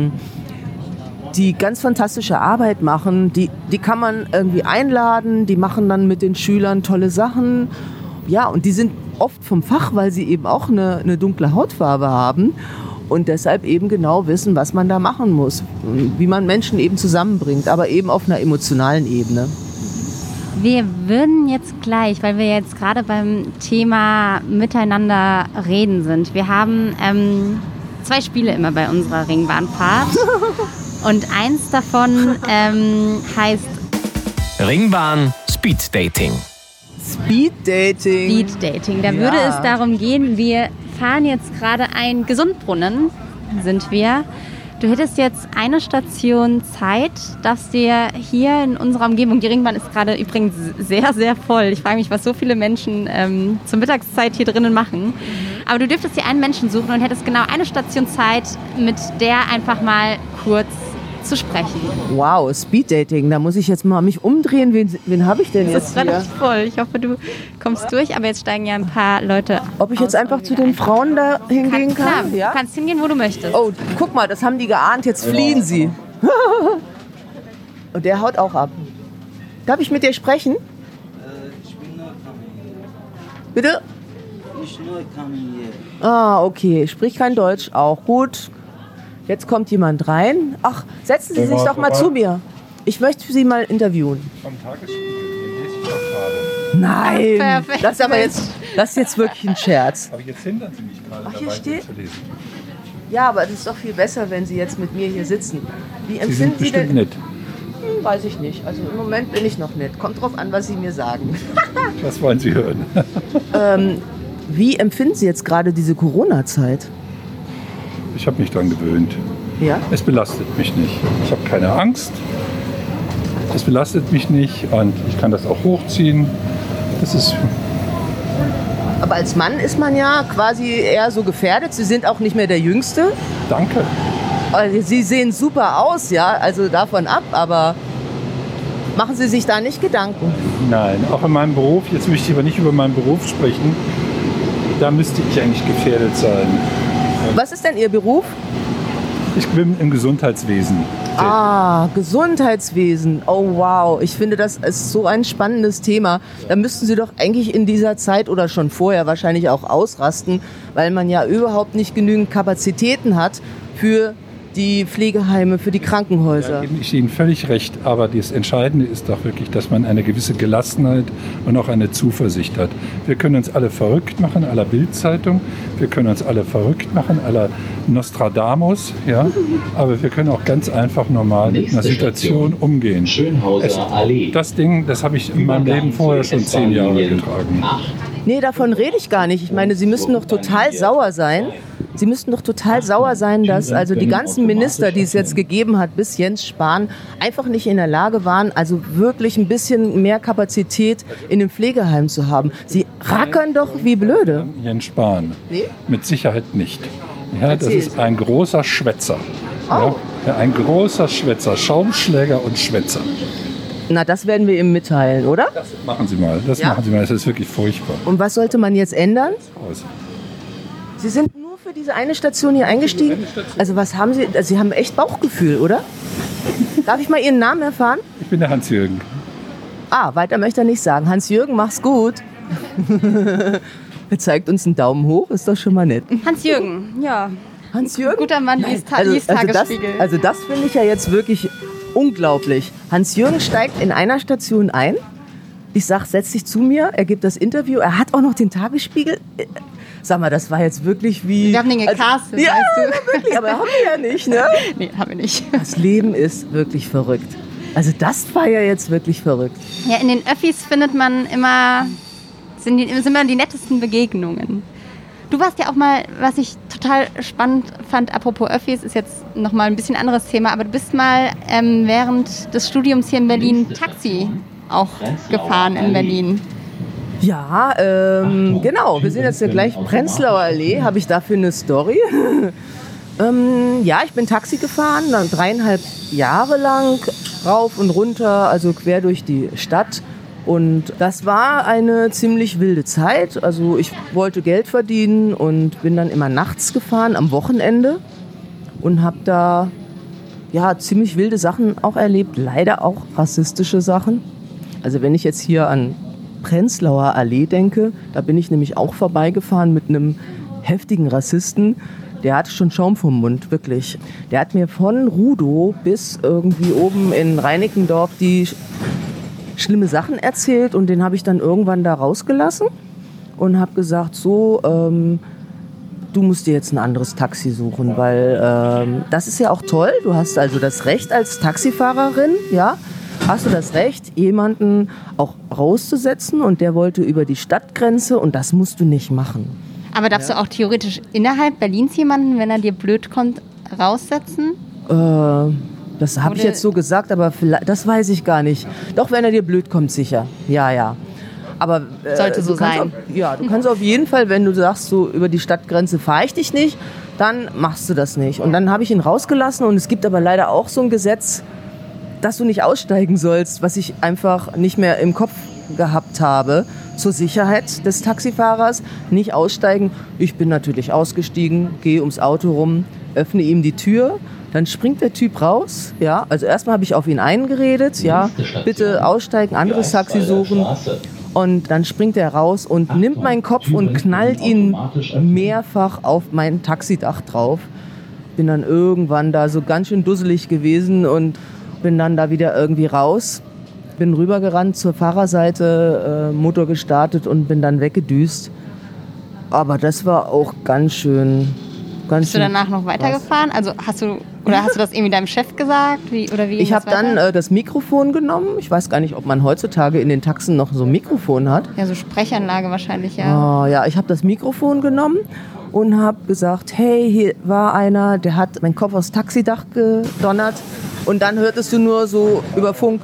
ganz fantastische Arbeit machen. Die kann man irgendwie einladen, die machen dann mit den Schülern tolle Sachen. Ja, und die sind oft vom Fach, weil sie eben auch eine dunkle Hautfarbe haben. Und deshalb eben genau wissen, was man da machen muss, wie man Menschen eben zusammenbringt, aber eben auf einer emotionalen Ebene. Wir würden jetzt gleich, weil wir jetzt gerade beim Thema Miteinander reden sind, wir haben 2 Spiele immer bei unserer Ringbahnfahrt und eins davon heißt Ringbahn Speed Dating. Speed Dating. Speed Dating. Da würde es darum gehen, wir fahren jetzt gerade ein Gesundbrunnen, sind wir. Du hättest jetzt eine Station Zeit, darfst dir hier in unserer Umgebung, die Ringbahn ist gerade übrigens sehr, sehr voll. Ich frage mich, was so viele Menschen zur Mittagszeit hier drinnen machen. Aber du dürftest dir einen Menschen suchen und hättest genau eine Station Zeit, mit der einfach mal kurz zu sprechen. Wow, Speeddating, da muss ich jetzt mal mich umdrehen. Wen habe ich denn jetzt hier? Das ist relativ voll. Ich hoffe, du kommst durch, aber jetzt steigen ja ein paar Leute Ob ich jetzt einfach zu den Frauen da hingehen kann? Klar, ja? Du kannst hingehen, wo du möchtest. Oh, guck mal, das haben die geahnt, jetzt fliehen sie. Und der haut auch ab. Darf ich mit dir sprechen? Bitte? Ah, okay. Sprich kein Deutsch, auch gut. Jetzt kommt jemand rein. Ach, setzen Sie sich doch mal zu mir. Ich möchte Sie mal interviewen. Vom Tagesspiegel, den lese ich doch gerade. Nein, Ach, perfekt. das ist jetzt wirklich ein Scherz. Aber jetzt hindern Sie mich gerade Ach, hier dabei, steht- den zu lesen. Ja, aber es ist doch viel besser, wenn Sie jetzt mit mir hier sitzen. Wie Sie empfinden sind Sie bestimmt denn? nett. Weiß ich nicht. Also im Moment bin ich noch nett. Kommt drauf an, was Sie mir sagen. Was wollen Sie hören? Wie empfinden Sie jetzt gerade diese Corona-Zeit? Ich habe mich dran gewöhnt. Ja? Es belastet mich nicht. Ich habe keine Angst. Es belastet mich nicht und ich kann das auch hochziehen. Das ist Aber als Mann ist man ja quasi eher so gefährdet. Sie sind auch nicht mehr der Jüngste. Danke. Also Sie sehen super aus, ja, also davon ab, aber machen Sie sich da nicht Gedanken? Nein, auch in meinem Beruf, jetzt möchte ich aber nicht über meinen Beruf sprechen, da müsste ich eigentlich gefährdet sein. Was ist denn Ihr Beruf? Ich bin im Gesundheitswesen. Ah, Gesundheitswesen. Oh wow, ich finde, das ist so ein spannendes Thema. Da müssten Sie doch eigentlich in dieser Zeit oder schon vorher wahrscheinlich auch ausrasten, weil man ja überhaupt nicht genügend Kapazitäten hat für die Pflegeheime, für die Krankenhäuser. Da gebe ich Ihnen völlig recht, aber das Entscheidende ist doch wirklich, dass man eine gewisse Gelassenheit und auch eine Zuversicht hat. Wir können uns alle verrückt machen, à la Bild-Zeitung, wir können uns alle verrückt machen, à la Nostradamus, ja? Aber wir können auch ganz einfach normal mit einer Situation umgehen. Schönhauser Allee. Das Ding, das habe ich in meinem Leben vorher schon 10 Jahre getragen. Nee, davon rede ich gar nicht. Ich meine, Sie müssten doch total sauer sein. Sie müssten doch total sauer sein, dass also die ganzen Minister, die es jetzt gegeben hat, bis Jens Spahn, einfach nicht in der Lage waren, also wirklich ein bisschen mehr Kapazität in den Pflegeheimen zu haben. Sie rackern doch wie blöde. Jens Spahn. Nee? Mit Sicherheit nicht. Ja, das Erzähl. ist ein großer Schwätzer. Ja, ein großer Schwätzer, Schaumschläger und Schwätzer. Na, das werden wir ihm mitteilen, oder? Machen Sie mal, das Ja? machen Sie mal, das ist wirklich furchtbar. Und was sollte man jetzt ändern? Aus. Sie sind nur für diese eine Station hier eingestiegen? Also was haben Sie? Also Sie haben echt Bauchgefühl, oder? Darf ich mal Ihren Namen erfahren? Ich bin der Hans-Jürgen. Ah, weiter möchte er nicht sagen. Hans-Jürgen, mach's gut. Er zeigt uns einen Daumen hoch, ist doch schon mal nett. Hans-Jürgen, ja. Hans-Jürgen? Guter Mann, liest das, Tagesspiegel. also das finde ich ja jetzt wirklich unglaublich. Hans-Jürgen steigt in einer Station ein. Ich sag, setz dich zu mir. Er gibt das Interview. Er hat auch noch den Tagesspiegel. Sag mal, das war jetzt wirklich wie... Wir haben den gecastet, ja, weißt du. wirklich, aber haben wir ja nicht, ne? Nee, haben wir nicht. Das Leben ist wirklich verrückt. Also das war ja jetzt wirklich verrückt. Ja, in den Öffis findet man immer, sind immer die nettesten Begegnungen. Du warst ja auch mal, was ich total spannend fand, apropos Öffis, ist jetzt nochmal ein bisschen anderes Thema, aber du bist mal während des Studiums hier in Berlin Taxi auch gefahren in Berlin. Ja, genau. Wir sind jetzt ja gleich Prenzlauer Allee. Habe ich dafür eine Story? Ja, ich bin Taxi gefahren, dann 3,5 Jahre lang, rauf und runter, also quer durch die Stadt. Und das war eine ziemlich wilde Zeit. Also ich wollte Geld verdienen und bin dann immer nachts gefahren, am Wochenende. Und habe da ja, ziemlich wilde Sachen auch erlebt. Leider auch rassistische Sachen. Also wenn ich jetzt hier an Prenzlauer Allee denke, da bin ich nämlich auch vorbeigefahren mit einem heftigen Rassisten. Der hatte schon Schaum vom Mund, wirklich. Der hat mir von Rudow bis irgendwie oben in Reinickendorf die schlimme Sachen erzählt und den habe ich dann irgendwann da rausgelassen und habe gesagt, so, du musst dir jetzt ein anderes Taxi suchen, weil das ist ja auch toll. Du hast also das Recht als Taxifahrerin, ja, hast du das Recht, jemanden auch rauszusetzen und der wollte über die Stadtgrenze und das musst du nicht machen. Aber darfst du auch theoretisch innerhalb Berlins jemanden, wenn er dir blöd kommt, raussetzen? Das habe ich jetzt so gesagt, aber vielleicht, das weiß ich gar nicht. Doch, wenn er dir blöd kommt, sicher. Ja, ja. Aber sollte so sein. Du kannst auf jeden Fall, wenn du sagst, so über die Stadtgrenze fahre ich dich nicht, dann machst du das nicht. Und dann habe ich ihn rausgelassen und es gibt aber leider auch so ein Gesetz, dass du nicht aussteigen sollst, was ich einfach nicht mehr im Kopf gehabt habe. Zur Sicherheit des Taxifahrers nicht aussteigen. Ich bin natürlich ausgestiegen, gehe ums Auto rum, öffne ihm die Tür. Dann springt der Typ raus, ja. Also erstmal habe ich auf ihn eingeredet, ja. Bitte aussteigen, anderes Taxi suchen. Und dann springt er raus und nimmt meinen Kopf und knallt ihn mehrfach auf mein Taxidach drauf. Bin dann irgendwann da so ganz schön dusselig gewesen und bin dann da wieder irgendwie raus. Bin rübergerannt zur Fahrerseite, Motor gestartet und bin dann weggedüst. Aber das war auch ganz schön. Bist du danach noch weitergefahren? Also hast du das irgendwie deinem Chef gesagt? Ich habe dann das Mikrofon genommen. Ich weiß gar nicht, ob man heutzutage in den Taxen noch so ein Mikrofon hat. Ja, so Sprechanlage wahrscheinlich, ja. Oh, ja, ich habe das Mikrofon genommen und habe gesagt, hey, hier war einer, der hat meinen Kopf aufs Taxidach gedonnert. Und dann hörtest du nur so über Funk,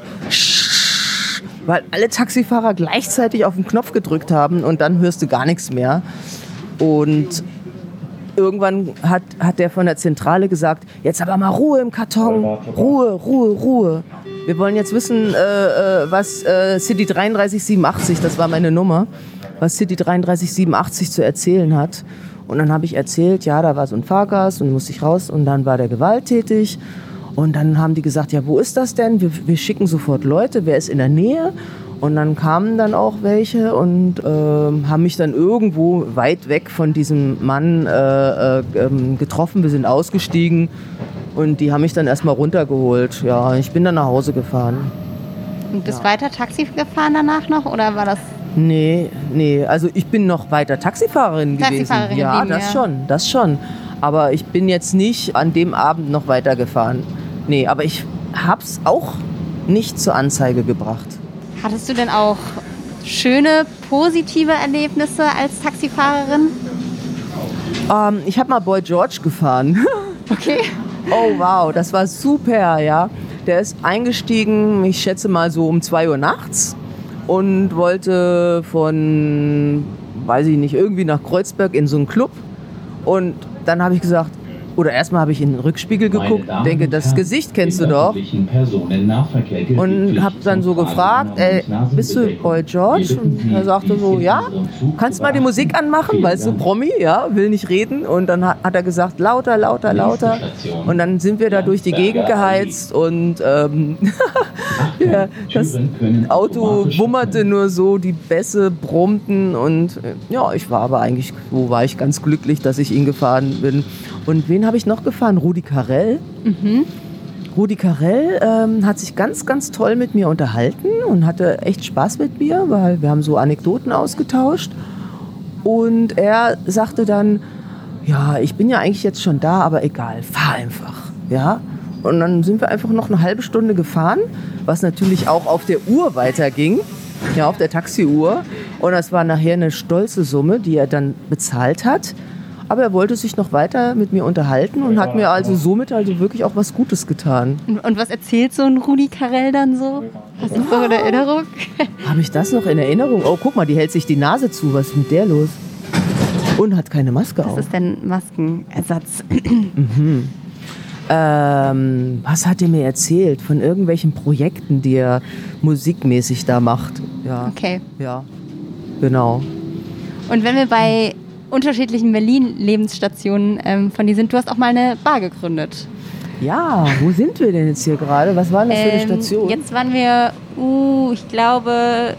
weil alle Taxifahrer gleichzeitig auf den Knopf gedrückt haben und dann hörst du gar nichts mehr. Und irgendwann hat der von der Zentrale gesagt, jetzt aber mal Ruhe im Karton, Ruhe. Wir wollen jetzt wissen, was City 3387, das war meine Nummer, was City 3387 zu erzählen hat. Und dann habe ich erzählt, ja, da war so ein Fahrgast und musste ich raus und dann war der gewalttätig. Und dann haben die gesagt, ja, wo ist das denn? Wir schicken sofort Leute, wer ist in der Nähe? Und dann kamen dann auch welche und haben mich dann irgendwo weit weg von diesem Mann getroffen. Wir sind ausgestiegen und die haben mich dann erstmal runtergeholt. Ja, ich bin dann nach Hause gefahren. Und bist weiter Taxi gefahren danach noch oder war das? Nee, also ich bin noch weiter Taxifahrerin gewesen. Ja, das schon. Aber ich bin jetzt nicht an dem Abend noch weitergefahren. Nee, aber ich hab's auch nicht zur Anzeige gebracht. Hattest du denn auch schöne, positive Erlebnisse als Taxifahrerin? Ich habe mal Boy George gefahren. Okay. Oh wow, das war super, ja. Der ist eingestiegen, ich schätze mal so um 2 Uhr nachts und wollte von, weiß ich nicht, irgendwie nach Kreuzberg in so einen Club. Und dann habe ich gesagt, oder erstmal habe ich in den Rückspiegel geguckt, denke, das Gesicht kennst du doch. Und habe dann so gefragt, bist du Boy George? Und er sagte so, ja, kannst du mal die Musik anmachen, weil es so Promi, ja, will nicht reden. Und dann hat er gesagt, lauter. Und dann sind wir da durch die Gegend geheizt und ja, das Auto wummerte nur so, die Bässe brummten und ja, ich war aber eigentlich, war ich ganz glücklich, dass ich ihn gefahren bin. Und wen habe ich noch gefahren? Rudi Carrell. Mhm. Rudi Carrell hat sich ganz, ganz toll mit mir unterhalten und hatte echt Spaß mit mir, weil wir haben so Anekdoten ausgetauscht. Und er sagte dann, ja, ich bin ja eigentlich jetzt schon da, aber egal, fahr einfach. Ja? Und dann sind wir einfach noch eine halbe Stunde gefahren, was natürlich auch auf der Uhr weiterging, ja, auf der Taxiuhr. Und das war nachher eine stolze Summe, die er dann bezahlt hat. Aber er wollte sich noch weiter mit mir unterhalten und hat mir also somit also wirklich auch was Gutes getan. Und was erzählt so ein Rudi Carrell dann so? Hast du das noch in Erinnerung? Habe ich das noch in Erinnerung? Oh, guck mal, die hält sich die Nase zu. Was ist mit der los? Und hat keine Maske auf. Das ist denn Maskenersatz. Mhm. Was hat er mir erzählt? Von irgendwelchen Projekten, die er musikmäßig da macht. Ja. Okay. Ja, genau. Und wenn wir bei unterschiedlichen Berlin-Lebensstationen von dir sind, du hast auch mal eine Bar gegründet. Ja, wo sind wir denn jetzt hier gerade? Was war das für eine Station? Jetzt waren wir, ich glaube,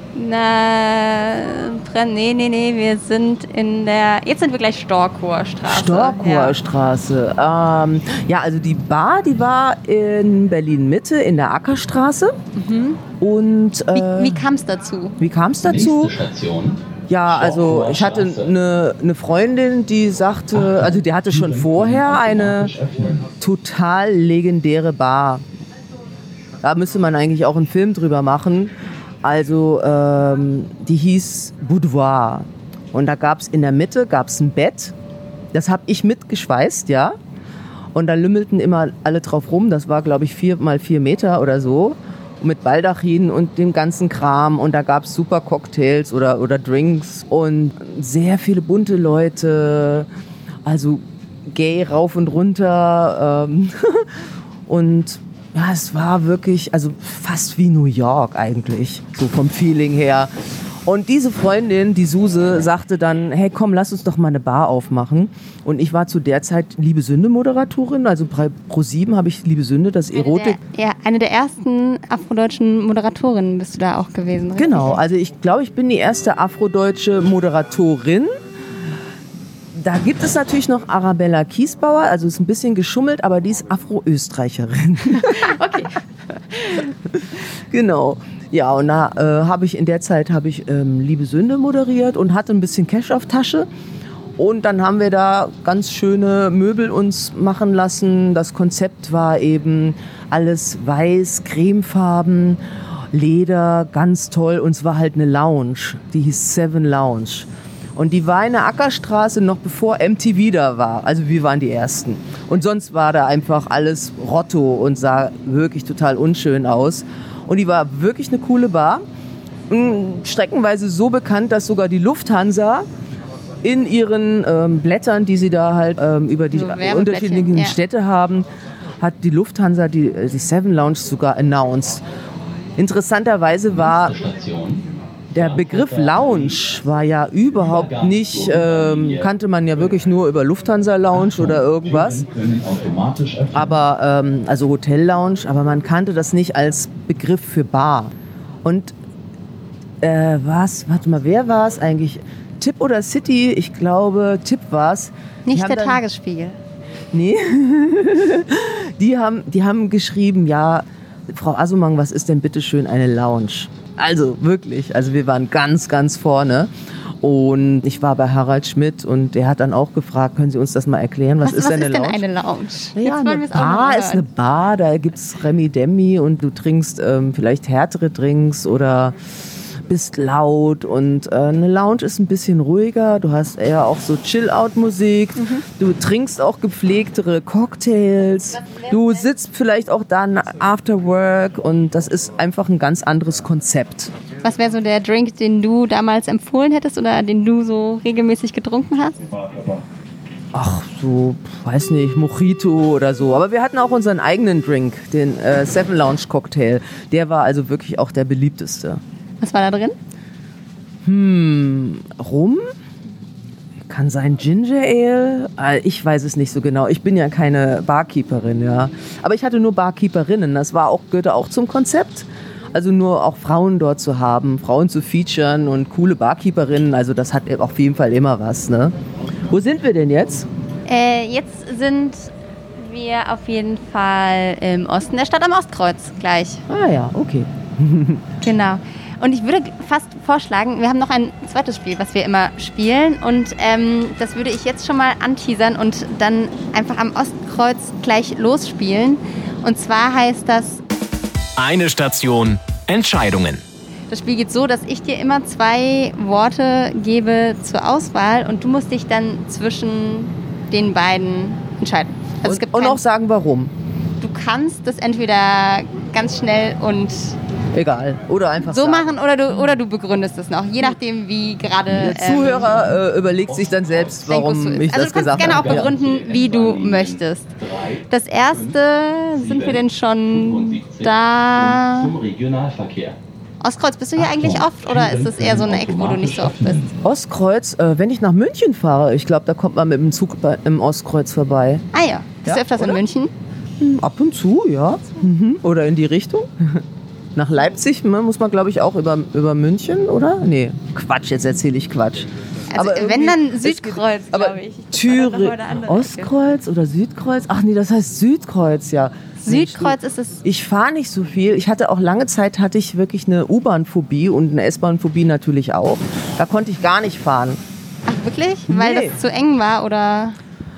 wir sind jetzt sind wir gleich Storkower Straße. Storkower Straße. Ja, also die Bar, die war in Berlin-Mitte, in der Ackerstraße. Mhm. Und wie kam es dazu? Nächste Station. Ja, also ich hatte eine Freundin, die sagte, also die hatte schon vorher eine total legendäre Bar. Da müsste man eigentlich auch einen Film drüber machen. Also die hieß Boudoir. Und da gab es in der Mitte ein Bett. Das habe ich mitgeschweißt, ja. Und da lümmelten immer alle drauf rum. Das war, glaube ich, 4 mal 4 Meter oder so. Mit Baldachinen und dem ganzen Kram. Und da gab es super Cocktails oder Drinks. Und sehr viele bunte Leute. Also gay rauf und runter. Und ja, es war wirklich, also fast wie New York eigentlich. So vom Feeling her. Und diese Freundin, die Suse, sagte dann, hey komm, lass uns doch mal eine Bar aufmachen. Und ich war zu der Zeit Liebe Sünde Moderatorin, also bei Pro7 habe ich Liebe Sünde, das Erotik. Eine der ersten afrodeutschen Moderatorinnen bist du da auch gewesen. Richtig? Genau, also ich glaube, ich bin die erste afrodeutsche Moderatorin. Da gibt es natürlich noch Arabella Kiesbauer, also ist ein bisschen geschummelt, aber die ist Afro-Österreicherin. Okay. Genau. Ja, und da habe ich in der Zeit Liebe Sünde moderiert und hatte ein bisschen Cash auf Tasche. Und dann haben wir da ganz schöne Möbel uns machen lassen. Das Konzept war eben alles weiß, cremefarben, Leder, ganz toll. Und es war halt eine Lounge, die hieß Seven Lounge. Und die war in der Ackerstraße noch bevor MTV da war. Also wir waren die Ersten. Und sonst war da einfach alles Rotto und sah wirklich total unschön aus. Und die war wirklich eine coole Bar. Streckenweise so bekannt, dass sogar die Lufthansa in ihren Blättern, die sie da halt über die unterschiedlichen Städte haben, hat die Lufthansa die Seven Lounge sogar announced. Interessanterweise war der Begriff Lounge war ja überhaupt nicht, kannte man ja wirklich nur über Lufthansa Lounge oder irgendwas. Aber, also Hotel Lounge, aber man kannte das nicht als Begriff für Bar. Und wer war es eigentlich? Tipp oder City? Ich glaube, Tipp war es. Nicht der Tagesspiegel. Nee. Die haben geschrieben, ja, Frau Assumang, was ist denn bitteschön eine Lounge? Also wirklich, wir waren ganz, ganz vorne. Und ich war bei Harald Schmidt und der hat dann auch gefragt, können Sie uns das mal erklären, was ist denn eine Lounge? Was ist denn eine Lounge? Ja, eine Bar ist eine Bar, da gibt's Remi Demi und du trinkst vielleicht härtere Drinks oder bist laut und eine Lounge ist ein bisschen ruhiger, du hast eher auch so Chill-Out-Musik, du trinkst auch gepflegtere Cocktails, du sitzt vielleicht auch da after work und das ist einfach ein ganz anderes Konzept. Was wäre so der Drink, den du damals empfohlen hättest oder den du so regelmäßig getrunken hast? Ach, so, weiß nicht, Mojito oder so. Aber wir hatten auch unseren eigenen Drink, den Seven Lounge Cocktail. Der war also wirklich auch der beliebteste. Was war da drin? Rum? Kann sein Ginger Ale? Ich weiß es nicht so genau. Ich bin ja keine Barkeeperin, ja. Aber ich hatte nur Barkeeperinnen. Das gehörte auch zum Konzept. Also nur auch Frauen dort zu haben, Frauen zu featuren und coole Barkeeperinnen. Also das hat auf jeden Fall immer was, ne? Wo sind wir denn jetzt? Jetzt sind wir auf jeden Fall im Osten der Stadt am Ostkreuz gleich. Ah ja, okay. Genau. Und ich würde fast vorschlagen, wir haben noch ein zweites Spiel, was wir immer spielen. Und das würde ich jetzt schon mal anteasern und dann einfach am Ostkreuz gleich losspielen. Und zwar heißt das... Eine Station, Entscheidungen. Das Spiel geht so, dass ich dir immer 2 Worte gebe zur Auswahl und du musst dich dann zwischen den beiden entscheiden. Also es gibt und auch sagen, warum. Du kannst das entweder ganz schnell und egal, oder einfach so sagen. Machen oder du begründest es noch, je nachdem wie gerade... Der Zuhörer überlegt sich dann selbst, warum ich das gesagt habe. Also du kannst gerne auch begründen, wie du möchtest. Das erste, sind wir denn schon da? Zum Regionalverkehr. Ostkreuz, bist du hier eigentlich oft oder ist das eher so eine Ecke, wo du nicht so oft bist? Ostkreuz, wenn ich nach München fahre, ich glaube, da kommt man mit dem Zug im Ostkreuz vorbei. Ah ja, bist du öfters in München? Ab und zu, ja. Oder in die Richtung. Nach Leipzig muss man, glaube ich, auch über München, oder? Nee, Quatsch, jetzt erzähle ich Quatsch. Also aber wenn dann Südkreuz, glaube ich. Thüringen, Ostkreuz oder Südkreuz? Ach nee, das heißt Südkreuz, ja. Südkreuz ist es. Ich fahre nicht so viel. Ich hatte auch lange Zeit wirklich eine U-Bahn-Phobie und eine S-Bahn-Phobie natürlich auch. Da konnte ich gar nicht fahren. Ach, wirklich? Weil das zu eng war, oder?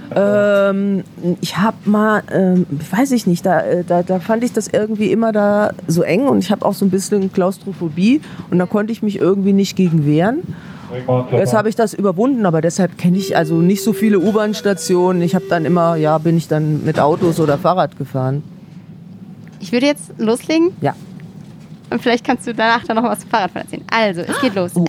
Ich habe mal, weiß ich nicht, da fand ich das irgendwie immer da so eng und ich habe auch so ein bisschen Klaustrophobie und da konnte ich mich irgendwie nicht gegen wehren. Jetzt habe ich das überwunden, aber deshalb kenne ich also nicht so viele U-Bahn-Stationen. Ich habe dann immer, bin ich dann mit Autos oder Fahrrad gefahren. Ich würde jetzt loslegen. Ja. Und vielleicht kannst du danach dann noch was zum Fahrradfahren erzählen. Also, es geht los.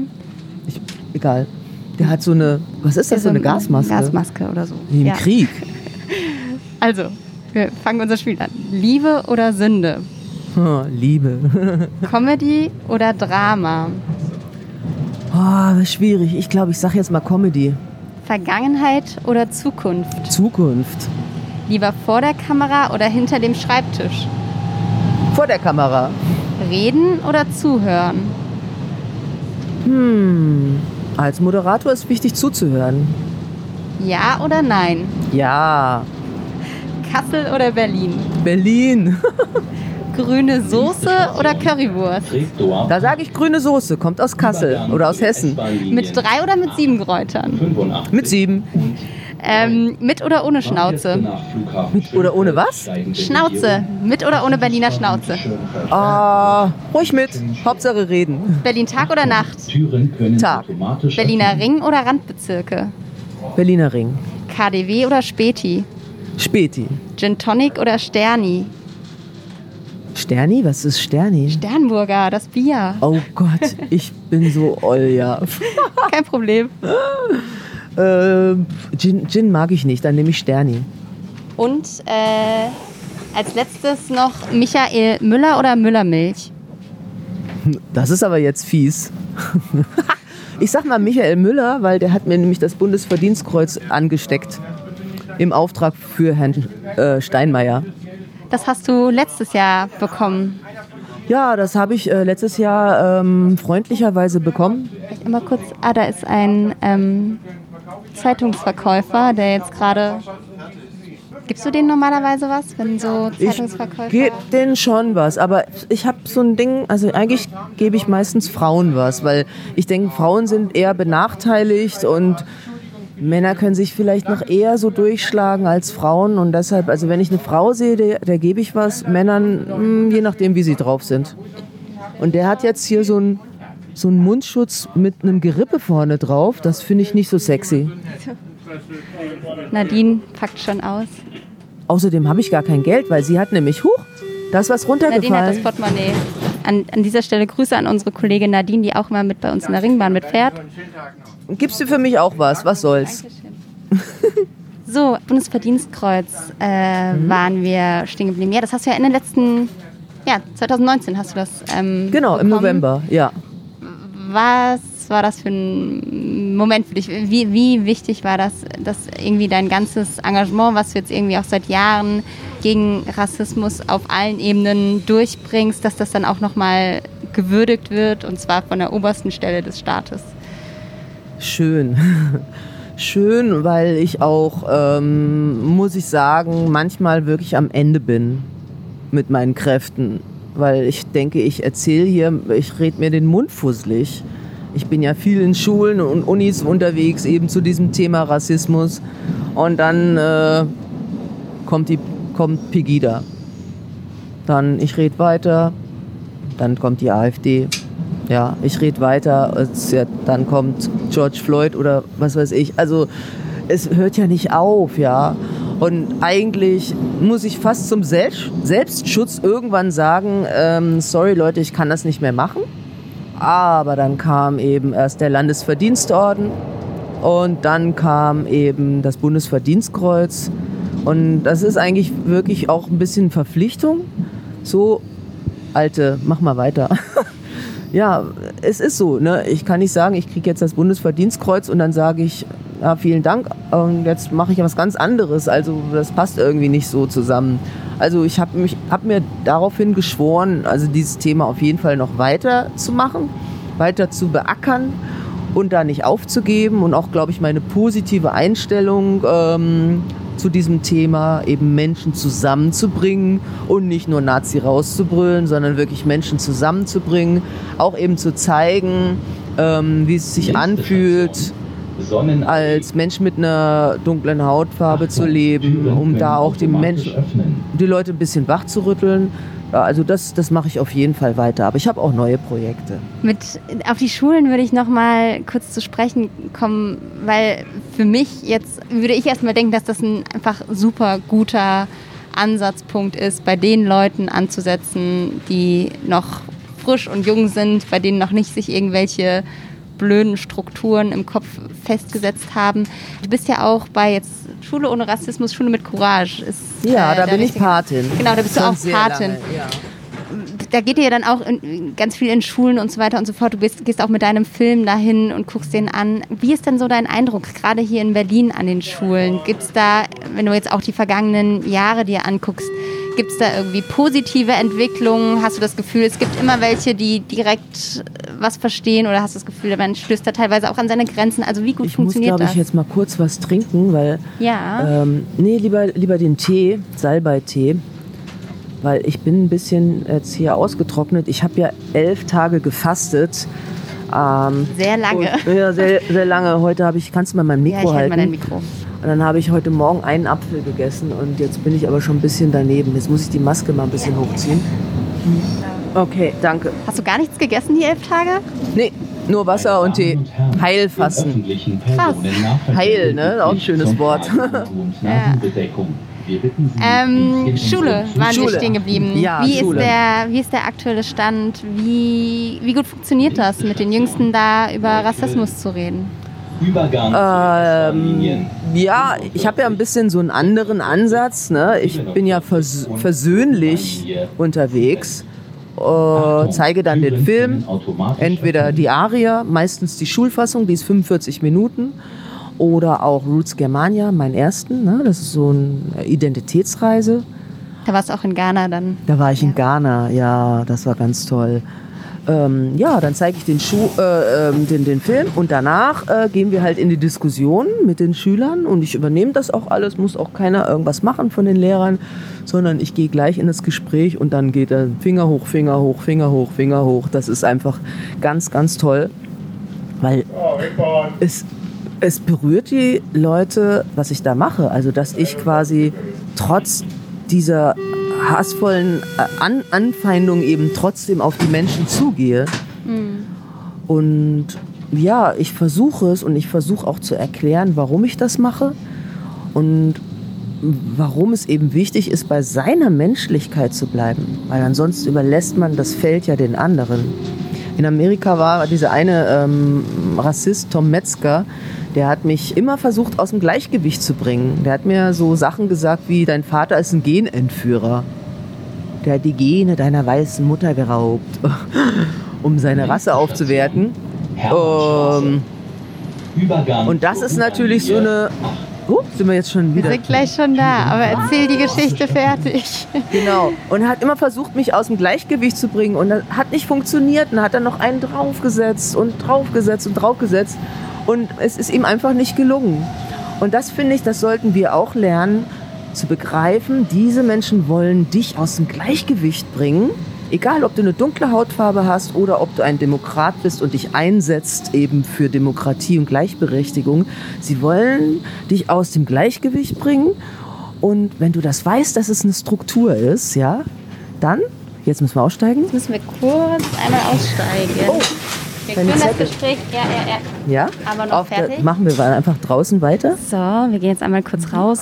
Egal. Der hat so eine, was ist das, so eine Gasmaske? Gasmaske oder so. Wie im Krieg. Also, wir fangen unser Spiel an. Liebe oder Sünde? Liebe. Comedy oder Drama? Oh, schwierig. Ich glaube, ich sage jetzt mal Comedy. Vergangenheit oder Zukunft? Zukunft. Lieber vor der Kamera oder hinter dem Schreibtisch? Vor der Kamera. Reden oder zuhören? Als Moderator ist wichtig zuzuhören. Ja oder nein? Ja. Kassel oder Berlin? Berlin. Grüne Soße oder Currywurst? Da sage ich grüne Soße. Kommt aus Kassel oder aus Hessen. Mit 3 oder mit 7 Kräutern? Mit 7. Mit oder ohne Schnauze? Mit oder ohne was? Schnauze. Mit oder ohne Berliner Schnauze? Ruhig mit. Hauptsache reden. Berlin Tag oder Nacht? Tag. Berliner Ring oder Randbezirke? Berliner Ring. KaDeWe oder Späti? Späti. Gin Tonic oder Sterni? Sterni? Was ist Sterni? Sternburger, das Bier. Oh Gott, ich bin so Olja. Kein Problem. Gin mag ich nicht, dann nehme ich Sterni. Und als letztes noch Michael Müller oder Müllermilch? Das ist aber jetzt fies. Ich sag mal Michael Müller, weil der hat mir nämlich das Bundesverdienstkreuz angesteckt. Im Auftrag für Herrn Steinmeier. Das hast du letztes Jahr bekommen. Ja, das habe ich letztes Jahr freundlicherweise bekommen. Vielleicht einmal kurz. Da ist ein Zeitungsverkäufer, der jetzt gerade... Gibst du denen normalerweise was, wenn so Zeitungsverkäufer... Ich gebe denen schon was, aber ich habe so ein Ding, also eigentlich gebe ich meistens Frauen was, weil ich denke, Frauen sind eher benachteiligt und Männer können sich vielleicht noch eher so durchschlagen als Frauen und deshalb, also wenn ich eine Frau sehe, der gebe ich was, Männern, je nachdem, wie sie drauf sind. Und der hat jetzt hier so einen Mundschutz mit einem Gerippe vorne drauf, das finde ich nicht so sexy. Nadine packt schon aus. Außerdem habe ich gar kein Geld, weil sie hat nämlich, da ist was runtergefallen. Nadine hat das Portemonnaie. An dieser Stelle Grüße an unsere Kollegin Nadine, die auch immer mit bei uns in der Ringbahn mitfährt. Gibst du für mich auch was soll's? Dankeschön. So, Bundesverdienstkreuz waren wir stehen geblieben. Ja, das hast du ja in den letzten, 2019 hast du das genau, bekommen. Im November, ja. Was war das für ein Moment für dich? Wie wichtig war das, dass irgendwie dein ganzes Engagement, was du jetzt irgendwie auch seit Jahren gegen Rassismus auf allen Ebenen durchbringst, dass das dann auch nochmal gewürdigt wird und zwar von der obersten Stelle des Staates? Schön. Schön, weil ich auch, muss ich sagen, manchmal wirklich am Ende bin mit meinen Kräften. Weil ich denke, ich erzähle hier, ich rede mir den Mund fusselig. Ich bin ja viel in Schulen und Unis unterwegs, eben zu diesem Thema Rassismus. Und dann kommt Pegida. Dann ich rede weiter, dann kommt die AfD. Ja, ich rede weiter, dann kommt George Floyd oder was weiß ich. Also es hört ja nicht auf, ja. Und eigentlich muss ich fast zum Selbstschutz irgendwann sagen, sorry Leute, ich kann das nicht mehr machen. Aber dann kam eben erst der Landesverdienstorden und dann kam eben das Bundesverdienstkreuz. Und das ist eigentlich wirklich auch ein bisschen Verpflichtung. So, Alte, mach mal weiter. Ja, es ist so, ne? Ich kann nicht sagen, ich kriege jetzt das Bundesverdienstkreuz und dann sage ich, ja, vielen Dank und jetzt mache ich was ganz anderes. Also das passt irgendwie nicht so zusammen. Also ich habe mir daraufhin geschworen, also dieses Thema auf jeden Fall noch weiter zu machen, weiter zu beackern und da nicht aufzugeben und auch, glaube ich, meine positive Einstellung zu diesem Thema, eben Menschen zusammenzubringen und nicht nur Nazi rauszubrüllen, sondern wirklich Menschen zusammenzubringen, auch eben zu zeigen, wie es sich anfühlt, als Mensch mit einer dunklen Hautfarbe zu leben, um da auch die Leute ein bisschen wach zu rütteln. Also das mache ich auf jeden Fall weiter. Aber ich habe auch neue Projekte. Auf die Schulen würde ich noch mal kurz zu sprechen kommen, weil für mich jetzt würde ich erstmal denken, dass das ein einfach super guter Ansatzpunkt ist, bei den Leuten anzusetzen, die noch frisch und jung sind, bei denen noch nicht sich irgendwelche blöden Strukturen im Kopf festgesetzt haben. Du bist ja auch bei jetzt Schule ohne Rassismus, Schule mit Courage. Ja, da bin ich Patin. Genau, da bist du auch Patin. Lange, ja. da geht ihr ja dann auch ganz viel in Schulen und so weiter und so fort. Du gehst auch mit deinem Film dahin und guckst den an. Wie ist denn so dein Eindruck, gerade hier in Berlin an den Schulen? Gibt es da, wenn du jetzt auch die vergangenen Jahre dir anguckst, gibt es da irgendwie positive Entwicklungen? Hast du das Gefühl, es gibt immer welche, die direkt was verstehen, oder hast du das Gefühl, man stößt da teilweise auch an seine Grenzen? Also wie gut funktioniert das? Ich muss, glaube ich, jetzt mal kurz was trinken, weil... Ja. Lieber den Tee, Salbeitee, weil ich bin ein bisschen jetzt hier ausgetrocknet. Ich habe ja 11 Tage gefastet. Sehr lange. Ja, sehr, sehr lange. Heute kannst du mal mein Mikro halten? Ja, ich halte mal dein Mikro. Und dann habe ich heute Morgen einen Apfel gegessen und jetzt bin ich aber schon ein bisschen daneben. Jetzt muss ich die Maske mal ein bisschen hochziehen. Okay, danke. Hast du gar nichts gegessen die 11 Tage? Nee, nur Wasser und Tee. Heilfasten. Krass. Heil, ne? Auch ein schönes Wort. Schule waren wir stehen geblieben. Ja, wie Schule. Wie ist der aktuelle Stand? Wie gut funktioniert das, mit den Jüngsten da über Rassismus zu reden? Ja, ich habe ja ein bisschen so einen anderen Ansatz. Ne? Ich bin ja versöhnlich unterwegs. Zeige dann den Film, entweder die Aria, meistens die Schulfassung, die ist 45 Minuten, oder auch Roots Germania, meinen ersten, ne? Das ist so eine Identitätsreise. Da warst du auch in Ghana dann? Da war ich in Ghana, ja, das war ganz toll. Dann zeige ich den Film und danach gehen wir halt in die Diskussion mit den Schülern und ich übernehme das auch alles, muss auch keiner irgendwas machen von den Lehrern, sondern ich gehe gleich in das Gespräch und dann geht er Finger hoch, Finger hoch, Finger hoch, Finger hoch. Das ist einfach ganz, ganz toll, weil es berührt die Leute, was ich da mache. Also, dass ich quasi trotz dieser hassvollen Anfeindungen eben trotzdem auf die Menschen zugehe. Mhm. Und ja, ich versuche es und ich versuche auch zu erklären, warum ich das mache und warum es eben wichtig ist, bei seiner Menschlichkeit zu bleiben. Weil ansonsten überlässt man das Feld ja den anderen. In Amerika war dieser eine Rassist, Tom Metzger, der hat mich immer versucht, aus dem Gleichgewicht zu bringen. Der hat mir so Sachen gesagt wie, dein Vater ist ein Genentführer. Der hat die Gene deiner weißen Mutter geraubt, um seine Rasse aufzuwerten. Und das ist natürlich so eine... sind wir jetzt schon wieder? Wir sind gleich schon da, aber erzähl die Geschichte fertig. Genau. Und er hat immer versucht, mich aus dem Gleichgewicht zu bringen. Und das hat nicht funktioniert. Und dann hat er noch einen draufgesetzt und draufgesetzt und draufgesetzt. Und es ist ihm einfach nicht gelungen. Und das finde ich, das sollten wir auch lernen, zu begreifen, diese Menschen wollen dich aus dem Gleichgewicht bringen. Egal, ob du eine dunkle Hautfarbe hast oder ob du ein Demokrat bist und dich einsetzt eben für Demokratie und Gleichberechtigung. Sie wollen dich aus dem Gleichgewicht bringen. Und wenn du das weißt, dass es eine Struktur ist, ja, dann, jetzt müssen wir aussteigen. Jetzt müssen wir kurz einmal aussteigen. Oh. Wir führen das Gespräch, ja, aber noch fertig. Machen wir einfach draußen weiter. So, wir gehen jetzt einmal kurz raus.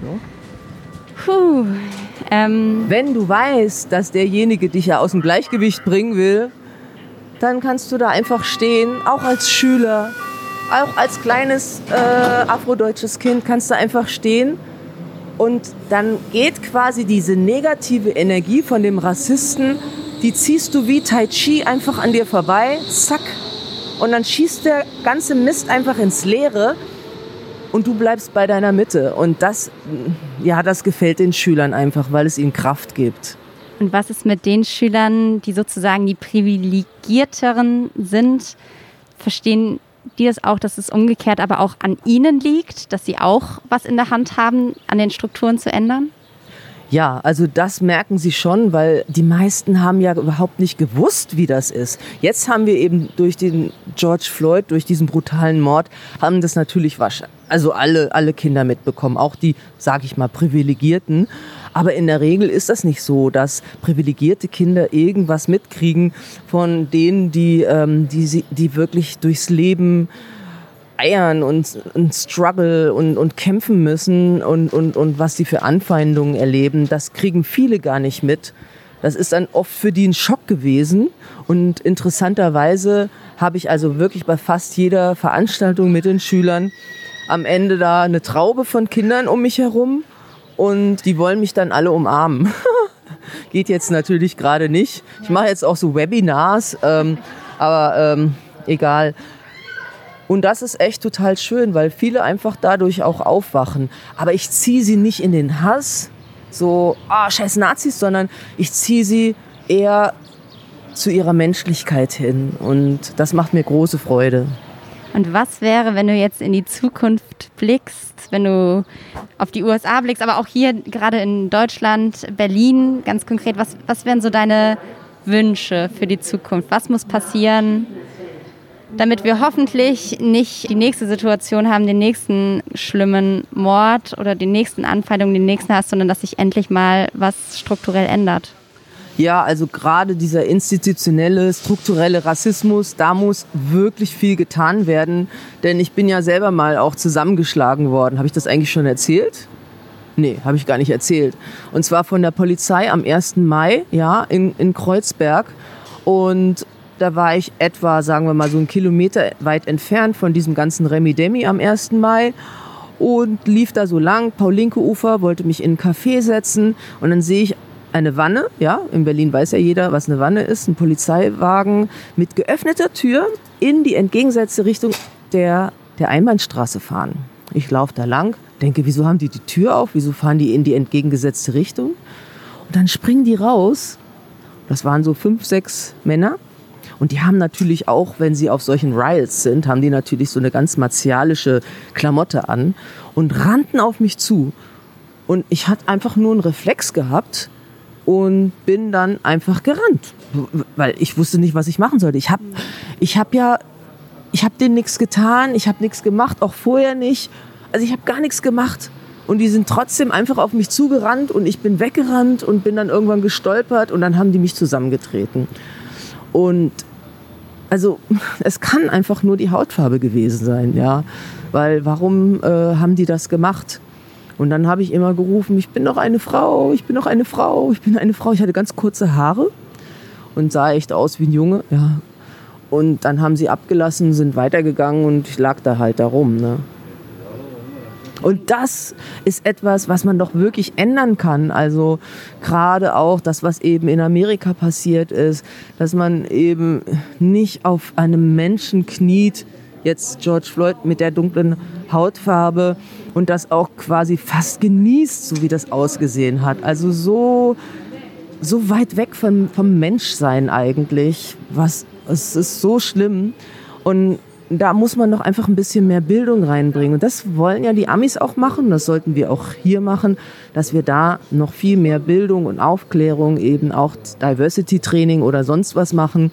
Puh. Wenn du weißt, dass derjenige dich ja aus dem Gleichgewicht bringen will, dann kannst du da einfach stehen, auch als Schüler, auch als kleines afrodeutsches Kind kannst du einfach stehen und dann geht quasi diese negative Energie von dem Rassisten, die ziehst du wie Tai Chi einfach an dir vorbei, zack, und dann schießt der ganze Mist einfach ins Leere und du bleibst bei deiner Mitte. Und das gefällt den Schülern einfach, weil es ihnen Kraft gibt. Und was ist mit den Schülern, die sozusagen die Privilegierteren sind? Verstehen die das auch, dass es umgekehrt aber auch an ihnen liegt, dass sie auch was in der Hand haben, an den Strukturen zu ändern? Ja, also das merken sie schon, weil die meisten haben ja überhaupt nicht gewusst, wie das ist. Jetzt haben wir eben durch den George Floyd, durch diesen brutalen Mord, haben das natürlich alle Kinder mitbekommen, auch die, sage ich mal, Privilegierten. Aber in der Regel ist das nicht so, dass privilegierte Kinder irgendwas mitkriegen von denen, die wirklich durchs Leben eiern und struggle und kämpfen müssen und was sie für Anfeindungen erleben, das kriegen viele gar nicht mit. Das ist dann oft für die ein Schock gewesen. Und interessanterweise habe ich also wirklich bei fast jeder Veranstaltung mit den Schülern am Ende da eine Traube von Kindern um mich herum und die wollen mich dann alle umarmen. geht jetzt natürlich gerade nicht. Ich mache jetzt auch so Webinars, aber egal. Und das ist echt total schön, weil viele einfach dadurch auch aufwachen. Aber ich ziehe sie nicht in den Hass, so, scheiß Nazis, sondern ich ziehe sie eher zu ihrer Menschlichkeit hin. Und das macht mir große Freude. Und was wäre, wenn du jetzt in die Zukunft blickst, wenn du auf die USA blickst, aber auch hier gerade in Deutschland, Berlin ganz konkret, was wären so deine Wünsche für die Zukunft? Was muss passieren, damit wir hoffentlich nicht die nächste Situation haben, den nächsten schlimmen Mord oder die nächsten Anfeindungen, den nächsten Hass, sondern dass sich endlich mal was strukturell ändert? Ja, also gerade dieser institutionelle, strukturelle Rassismus, da muss wirklich viel getan werden. Denn ich bin ja selber mal auch zusammengeschlagen worden. Habe ich das eigentlich schon erzählt? Nee, habe ich gar nicht erzählt. Und zwar von der Polizei am 1. Mai, ja, in Kreuzberg. Und da war ich etwa, sagen wir mal, so 1 Kilometer weit entfernt von diesem ganzen Remi-Demi am 1. Mai und lief da so lang, Paul-Lincke-Ufer, wollte mich in ein Café setzen und dann sehe ich eine Wanne, ja, in Berlin weiß ja jeder, was eine Wanne ist, ein Polizeiwagen mit geöffneter Tür in die entgegengesetzte Richtung der Einbahnstraße fahren. Ich laufe da lang, denke, wieso haben die Tür auf, wieso fahren die in die entgegengesetzte Richtung? Und dann springen die raus, das waren so 5, 6 Männer. Und die haben natürlich auch, wenn sie auf solchen Riots sind, haben die natürlich so eine ganz martialische Klamotte an und rannten auf mich zu. Und ich hatte einfach nur einen Reflex gehabt und bin dann einfach gerannt, weil ich wusste nicht, was ich machen sollte. Ich hab denen nichts getan, ich habe nichts gemacht, auch vorher nicht. Also ich habe gar nichts gemacht. Und die sind trotzdem einfach auf mich zugerannt und ich bin weggerannt und bin dann irgendwann gestolpert und dann haben die mich zusammengetreten. Und also es kann einfach nur die Hautfarbe gewesen sein, ja, weil warum haben die das gemacht? Und dann habe ich immer gerufen, ich bin doch eine Frau, ich bin doch eine Frau, ich bin eine Frau. Ich hatte ganz kurze Haare und sah echt aus wie ein Junge, ja. Und dann haben sie abgelassen, sind weitergegangen und ich lag da halt da rum, ne? Und das ist etwas, was man doch wirklich ändern kann. Also gerade auch das, was eben in Amerika passiert ist, dass man eben nicht auf einem Menschen kniet, jetzt George Floyd mit der dunklen Hautfarbe und das auch quasi fast genießt, so wie das ausgesehen hat. Also so weit weg vom Menschsein eigentlich. Es ist so schlimm. Und da muss man doch einfach ein bisschen mehr Bildung reinbringen. Und das wollen ja die Amis auch machen. Das sollten wir auch hier machen, dass wir da noch viel mehr Bildung und Aufklärung, eben auch Diversity-Training oder sonst was machen.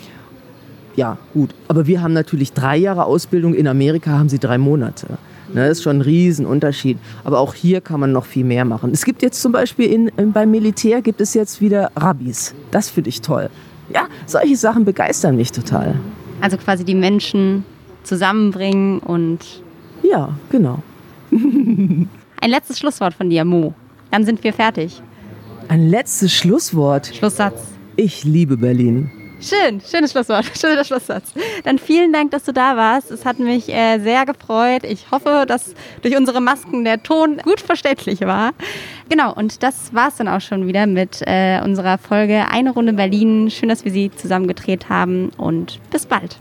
Ja, gut. Aber wir haben natürlich 3 Jahre Ausbildung. In Amerika haben sie 3 Monate. Das ist schon ein Riesenunterschied. Aber auch hier kann man noch viel mehr machen. Es gibt jetzt zum Beispiel beim Militär gibt es jetzt wieder Rabbis. Das finde ich toll. Ja, solche Sachen begeistern mich total. Also quasi die Menschen zusammenbringen und... Ja, genau. Ein letztes Schlusswort von dir, Mo. Dann sind wir fertig. Ein letztes Schlusswort? Schlusssatz. Ich liebe Berlin. Schönes Schlusswort, schöner Schlusssatz. Dann vielen Dank, dass du da warst. Es hat mich sehr gefreut. Ich hoffe, dass durch unsere Masken der Ton gut verständlich war. Genau, und das war's dann auch schon wieder mit unserer Folge Eine Runde Berlin. Schön, dass wir sie zusammen gedreht haben und bis bald.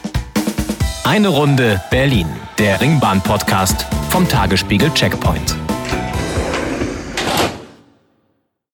Eine Runde Berlin, der Ringbahn-Podcast vom Tagesspiegel Checkpoint.